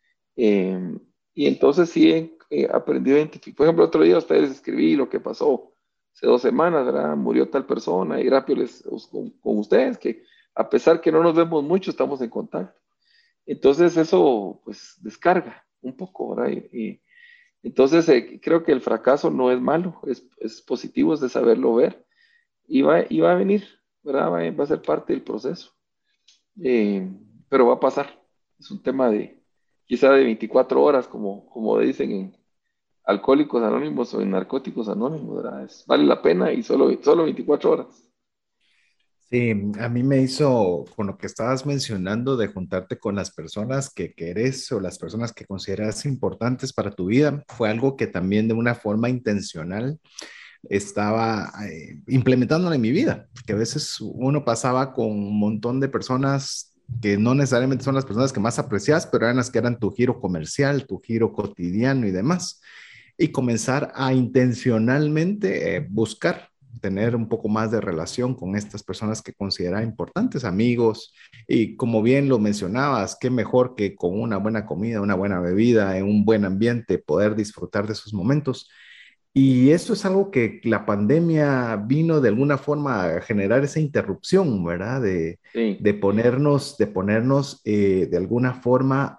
Y entonces sí he aprendido a identificar. Por ejemplo, otro día a ustedes escribí lo que pasó hace 2 semanas, ¿verdad? Murió tal persona y rápido con ustedes, que a pesar que no nos vemos mucho, estamos en contacto. Entonces eso pues descarga un poco, ¿verdad? Entonces creo que el fracaso no es malo, es positivo, es de saberlo ver y va a venir, ¿verdad? Va a ser parte del proceso. Eh, pero va a pasar. Es un tema quizá de 24 horas, como dicen en Alcohólicos Anónimos o en Narcóticos Anónimos, ¿verdad? Vale la pena y solo 24 horas. Sí, a mí me hizo, con lo que estabas mencionando, de juntarte con las personas que querés o las personas que consideras importantes para tu vida, fue algo que también de una forma intencional estaba implementándolo en mi vida, porque a veces uno pasaba con un montón de personas que no necesariamente son las personas que más aprecias, pero eran las que eran tu giro comercial, tu giro cotidiano y demás. Y comenzar a intencionalmente buscar tener un poco más de relación con estas personas que considera importantes, amigos, y como bien lo mencionabas, qué mejor que con una buena comida, una buena bebida, en un buen ambiente, poder disfrutar de esos momentos. Y esto es algo que la pandemia vino de alguna forma a generar esa interrupción, ¿verdad? Sí, De ponernos de alguna forma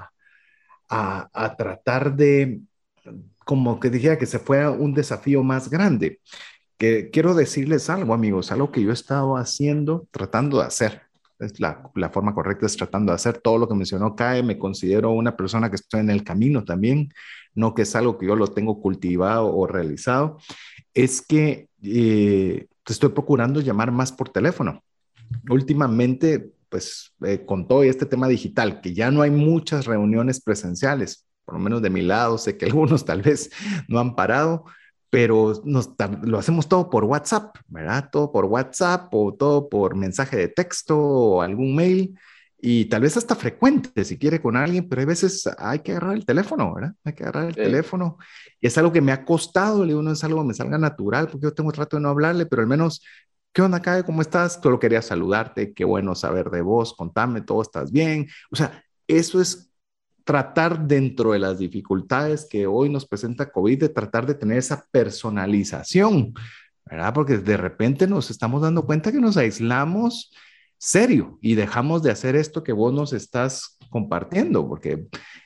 a tratar de, como que dijera, que se fuera un desafío más grande. Que quiero decirles algo, amigos, algo que yo he estado haciendo, tratando de hacer. Es la forma correcta es tratando de hacer todo lo que mencionó Cae. Me considero una persona que estoy en el camino también, no que es algo que yo lo tengo cultivado o realizado. Es que estoy procurando llamar más por teléfono. Últimamente, pues con todo este tema digital, que ya no hay muchas reuniones presenciales, por lo menos de mi lado, sé que algunos tal vez no han parado, pero lo hacemos todo por WhatsApp, ¿verdad? Todo por WhatsApp o todo por mensaje de texto o algún mail y tal vez hasta frecuente si quiere con alguien, pero hay veces hay que agarrar el teléfono, ¿verdad? Hay que agarrar el sí, teléfono y es algo que me ha costado, le digo, no es algo que me salga natural porque yo tengo trato de no hablarle, pero al menos, ¿qué onda, Cabe? ¿Cómo estás? Solo quería saludarte, qué bueno saber de vos, contame, todo estás bien. O sea, eso es tratar dentro de las dificultades que hoy nos presenta COVID, de tratar de tener esa personalización, ¿verdad? Porque de repente nos estamos dando cuenta que nos aislamos serio y dejamos de hacer esto que vos nos estás compartiendo, porque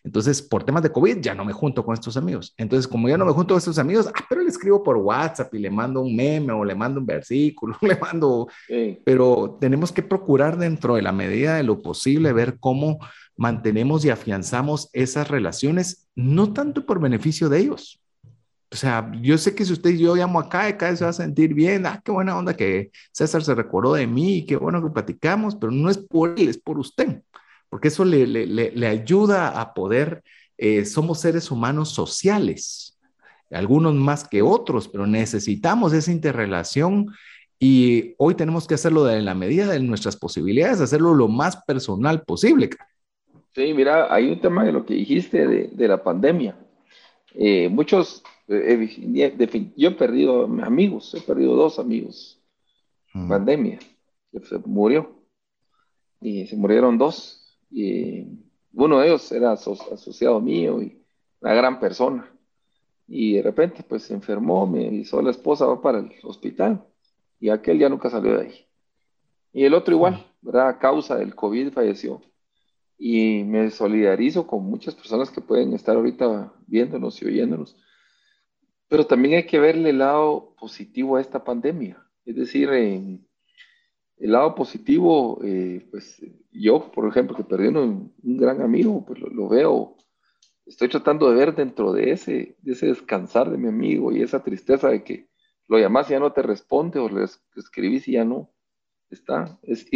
Entonces, por temas de COVID, ya no me junto con estos amigos. Entonces, como ya no me junto con estos amigos, pero le escribo por WhatsApp y le mando un meme o le mando un versículo, le mando... Pero tenemos que procurar dentro de la medida de lo posible ver cómo mantenemos y afianzamos esas relaciones, no tanto por beneficio de ellos. O sea, yo sé que si usted y yo llamo acá, y cada vez se va a sentir bien, qué buena onda que César se recordó de mí, qué bueno que platicamos, pero no es por él, es por usted, porque eso le ayuda a poder, somos seres humanos sociales, algunos más que otros, pero necesitamos esa interrelación y hoy tenemos que hacerlo en la medida de nuestras posibilidades, hacerlo lo más personal posible. Sí, mira, hay un tema de lo que dijiste de la pandemia. Muchos, yo he perdido amigos, he perdido 2 amigos en pandemia, que se murió, y se murieron 2, y uno de ellos era asociado mío y una gran persona, y de repente pues se enfermó, me avisó la esposa, va para el hospital, y aquel ya nunca salió de ahí, y el otro igual, ¿verdad? A causa del COVID falleció. Y me solidarizo con muchas personas que pueden estar ahorita viéndonos y oyéndonos. Pero también hay que verle el lado positivo a esta pandemia. Es decir, el lado positivo, pues yo, por ejemplo, que perdí un gran amigo, pues lo veo, estoy tratando de ver dentro de ese descansar de mi amigo y esa tristeza de que lo llamás y ya no te responde o le escribís y ya no está.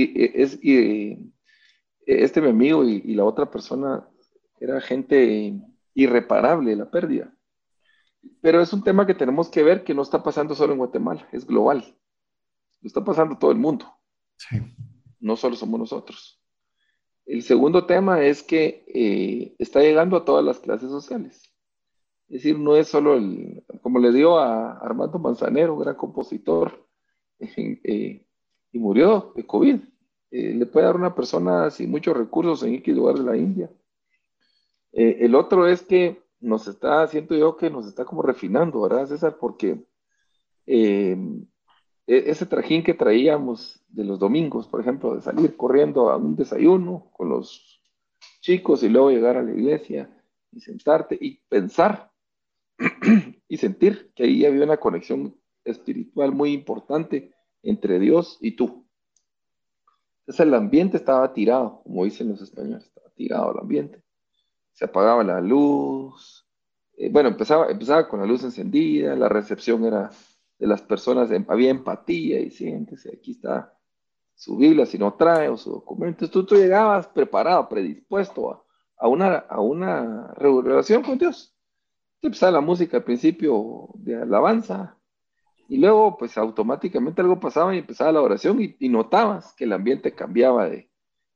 Este mi amigo y la otra persona era gente irreparable la pérdida. Pero es un tema que tenemos que ver que no está pasando solo en Guatemala, es global. Lo está pasando todo el mundo. Sí. No solo somos nosotros. El segundo tema es que está llegando a todas las clases sociales. Es decir, no es solo como le dio a Armando Manzanero, gran compositor, y murió de COVID. Le puede dar una persona sin muchos recursos en X lugar de la India. El otro es que siento yo que nos está como refinando, ¿verdad, César? Porque ese trajín que traíamos de los domingos, por ejemplo, de salir corriendo a un desayuno con los chicos y luego llegar a la iglesia y sentarte y pensar y sentir que ahí había una conexión espiritual muy importante entre Dios y tú. Entonces el ambiente estaba tirado, como dicen los españoles, estaba tirado el ambiente. Se apagaba la luz, empezaba con la luz encendida, la recepción era de las personas, había empatía y siéntese, aquí está su Biblia si no trae o su documento. Entonces tú llegabas preparado, predispuesto a una relación con Dios. Empezaba la música al principio de alabanza, y luego, pues automáticamente algo pasaba y empezaba la oración y notabas que el ambiente cambiaba de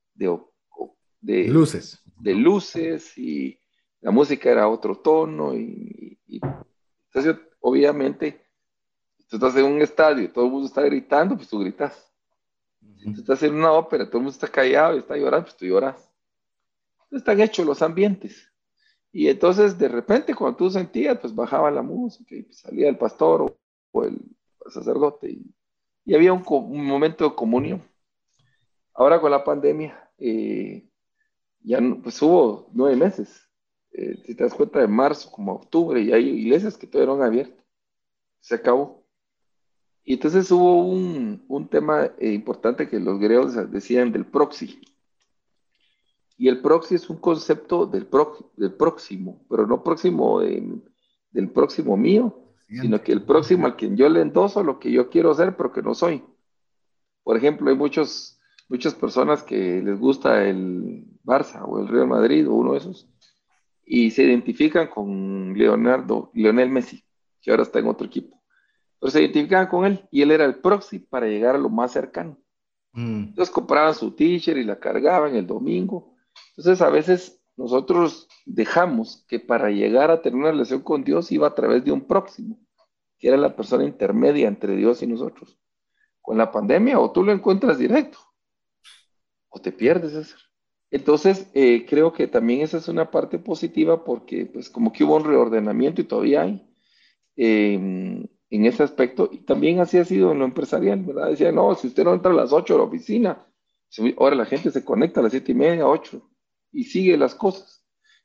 luces. De luces y la música era otro tono. Entonces, obviamente, tú estás en un estadio y todo el mundo está gritando, pues tú gritas. Si tú estás en una ópera, todo el mundo está callado y está llorando, pues tú lloras. Entonces, están hechos los ambientes. Y entonces, de repente, cuando tú sentías, pues bajaba la música y pues, salía el pastor o el sacerdote y había un momento de comunión. Ahora con la pandemia, ya pues hubo 9 meses. Si te das cuenta, de marzo como octubre, y hay iglesias que todavía no han abierto. Se acabó. Y entonces hubo un tema importante que los griegos decían del proxy. Y el proxy es un concepto del próximo, pero no próximo del próximo mío, sino que el próximo al quien yo le endoso lo que yo quiero ser, pero que no soy. Por ejemplo, hay muchas personas que les gusta el Barça o el Real Madrid o uno de esos, y se identifican con Lionel Messi, que ahora está en otro equipo. Pero se identificaban con él, y él era el proxy para llegar a lo más cercano. Entonces compraban su t-shirt y la cargaban el domingo. Entonces a veces nosotros dejamos que para llegar a tener una relación con Dios iba a través de un próximo, que era la persona intermedia entre Dios y nosotros. Con la pandemia, o tú lo encuentras directo, o te pierdes eso. Entonces, creo que también esa es una parte positiva porque pues como que hubo un reordenamiento y todavía hay en ese aspecto, y también así ha sido en lo empresarial, ¿verdad? Decía, no, si usted no entra a las 8 a la oficina, ahora la gente se conecta a las 7:30, 8, y sigue las cosas.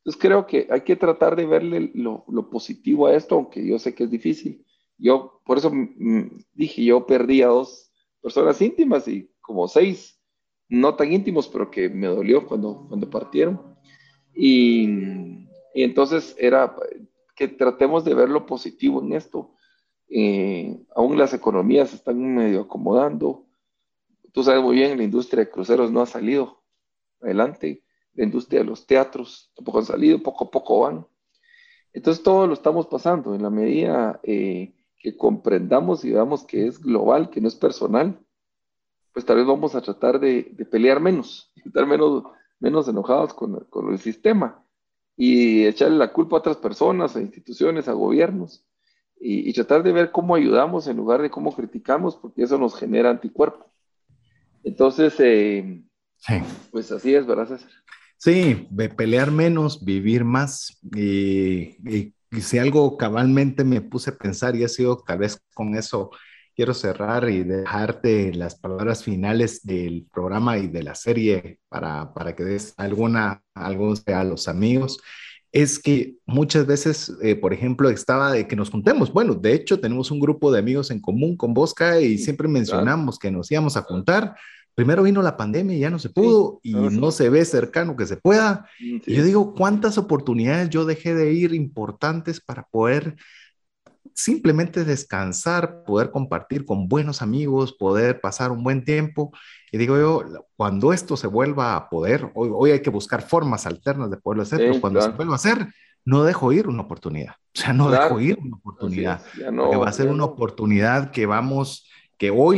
Entonces creo que hay que tratar de verle lo positivo a esto, aunque yo sé que es difícil. Yo, por eso dije, yo perdí a 2 personas íntimas y como 6, no tan íntimos, pero que me dolió cuando partieron. Y entonces era que tratemos de ver lo positivo en esto. Aún las economías se están medio acomodando. Tú sabes muy bien, la industria de cruceros no ha salido adelante. La industria de los teatros tampoco han salido, poco a poco van. Entonces todo lo estamos pasando en la medida que comprendamos y veamos que es global, que no es personal, pues tal vez vamos a tratar de pelear menos, estar menos enojados con el sistema y echarle la culpa a otras personas, a instituciones, a gobiernos y tratar de ver cómo ayudamos en lugar de cómo criticamos, porque eso nos genera anticuerpo. Entonces, Sí. pues así es, ¿verdad, César? Sí, pelear menos, vivir más. Y si algo cabalmente me puse a pensar y ha sido tal vez con eso, quiero cerrar y dejarte las palabras finales del programa y de la serie para que des algo a los amigos. Es que muchas veces, por ejemplo, estaba de que nos juntemos. Bueno, de hecho, tenemos un grupo de amigos en común con Bosca y siempre Claro, mencionamos que nos íbamos a juntar. Primero vino la pandemia y ya no se sí, pudo y ahora no sí. se ve cercano que se pueda. Y yo Sí, digo, ¿cuántas oportunidades yo dejé de ir importantes para poder simplemente descansar, poder compartir con buenos amigos, poder pasar un buen tiempo? Y digo yo, cuando esto se vuelva a poder, hoy hay que buscar formas alternas de poderlo hacer, pero sí, cuando se claro, vuelva a hacer, no dejo ir una oportunidad. O sea, no dejo claro, ir una así oportunidad, es, ya porque va a no, ser una oportunidad que hoy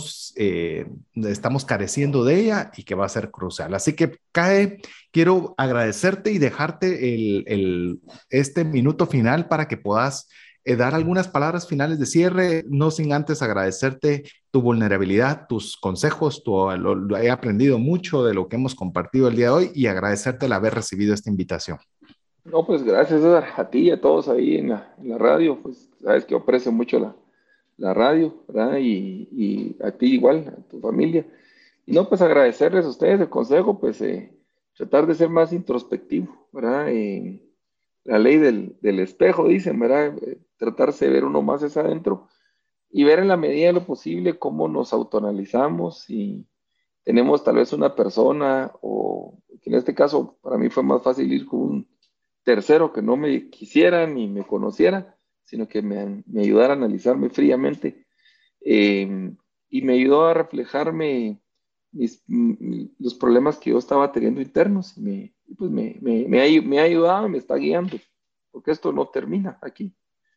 estamos careciendo de ella y que va a ser crucial. Así que, Cae, quiero agradecerte y dejarte este minuto final para que puedas dar algunas palabras finales de cierre, no sin antes agradecerte tu vulnerabilidad, tus consejos, he aprendido mucho de lo que hemos compartido el día de hoy y agradecerte el haber recibido esta invitación. no, pues gracias César, a ti y a todos ahí en la radio, pues sabes que yo aprecio mucho la radio, ¿verdad? Y a ti igual, a tu familia. Y no, pues agradecerles a ustedes el consejo, pues tratar de ser más introspectivo, ¿verdad? La ley del espejo, dicen, ¿verdad? Tratarse de ver uno más hacia adentro y ver en la medida de lo posible cómo nos autoanalizamos y tenemos tal vez una persona o que en este caso para mí fue más fácil ir con un tercero que no me quisiera ni me conociera, sino que me ayudara a analizarme fríamente y me ayudó a reflejarme los problemas que yo estaba teniendo internos. Pues me ha ayudado y me está guiando, porque esto no termina aquí.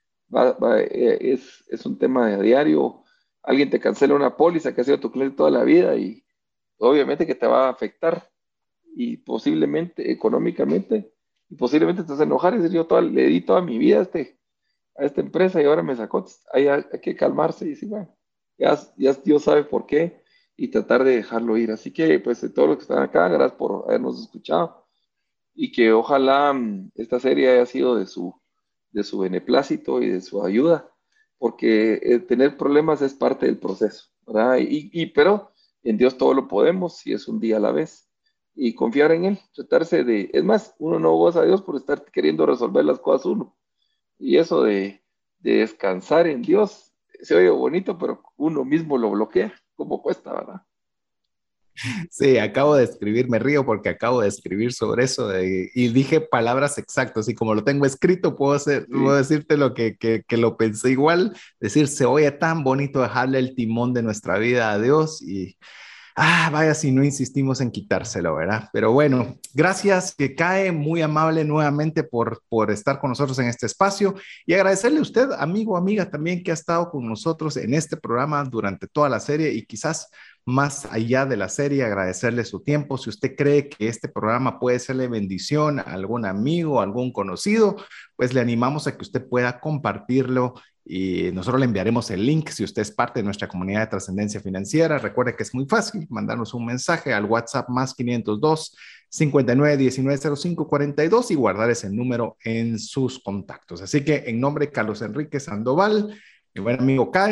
Es un tema de a diario. Alguien te cancela una póliza que ha sido tu cliente toda la vida y obviamente que te va a afectar y posiblemente económicamente y posiblemente te vas a enojar y decir yo le di toda mi vida a esta empresa y ahora me sacó. Hay que calmarse y decir, bueno, ya Dios sabe por qué y tratar de dejarlo ir. Así que, pues, todos los que están acá, gracias por habernos escuchado y que ojalá esta serie haya sido de su beneplácito y de su ayuda, porque tener problemas es parte del proceso, ¿verdad? Pero en Dios todo lo podemos y es un día a la vez. Y confiar en Él, es más, uno no goza a Dios por estar queriendo resolver las cosas uno. Y eso de descansar en Dios se oye bonito, pero uno mismo lo bloquea. ¿Cómo cuesta, verdad? Sí, acabo de escribir, me río porque acabo de escribir sobre eso y dije palabras exactas y como lo tengo escrito puedo Sí, decirte lo que lo pensé igual, decir, se oye tan bonito dejarle el timón de nuestra vida a Dios y vaya si no insistimos en quitárselo, ¿verdad? Pero bueno, gracias, que Cae, muy amable nuevamente por estar con nosotros en este espacio y agradecerle a usted, amigo, amiga, también que ha estado con nosotros en este programa durante toda la serie y quizás más allá de la serie, agradecerle su tiempo. Si usted cree que este programa puede serle bendición a algún amigo, a algún conocido, pues le animamos a que usted pueda compartirlo y nosotros le enviaremos el link si usted es parte de nuestra comunidad de trascendencia financiera. Recuerde que es muy fácil mandarnos un mensaje al WhatsApp más 502 59 19 05 42 y guardar ese número en sus contactos. Así que en nombre de Carlos Enrique Sandoval, mi buen amigo Cae,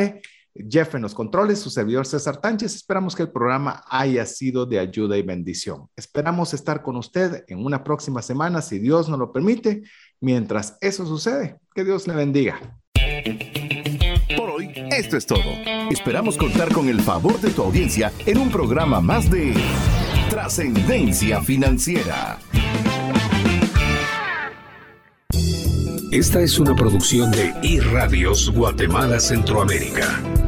Jeff en los controles, su servidor César Tánchez. Esperamos que el programa haya sido de ayuda y bendición. Esperamos estar con usted en una próxima semana, si Dios nos lo permite. Mientras eso sucede, que Dios le bendiga. Por hoy, esto es todo. Esperamos contar con el favor de tu audiencia en un programa más de Trascendencia Financiera. Esta es una producción de iRadios Guatemala Centroamérica.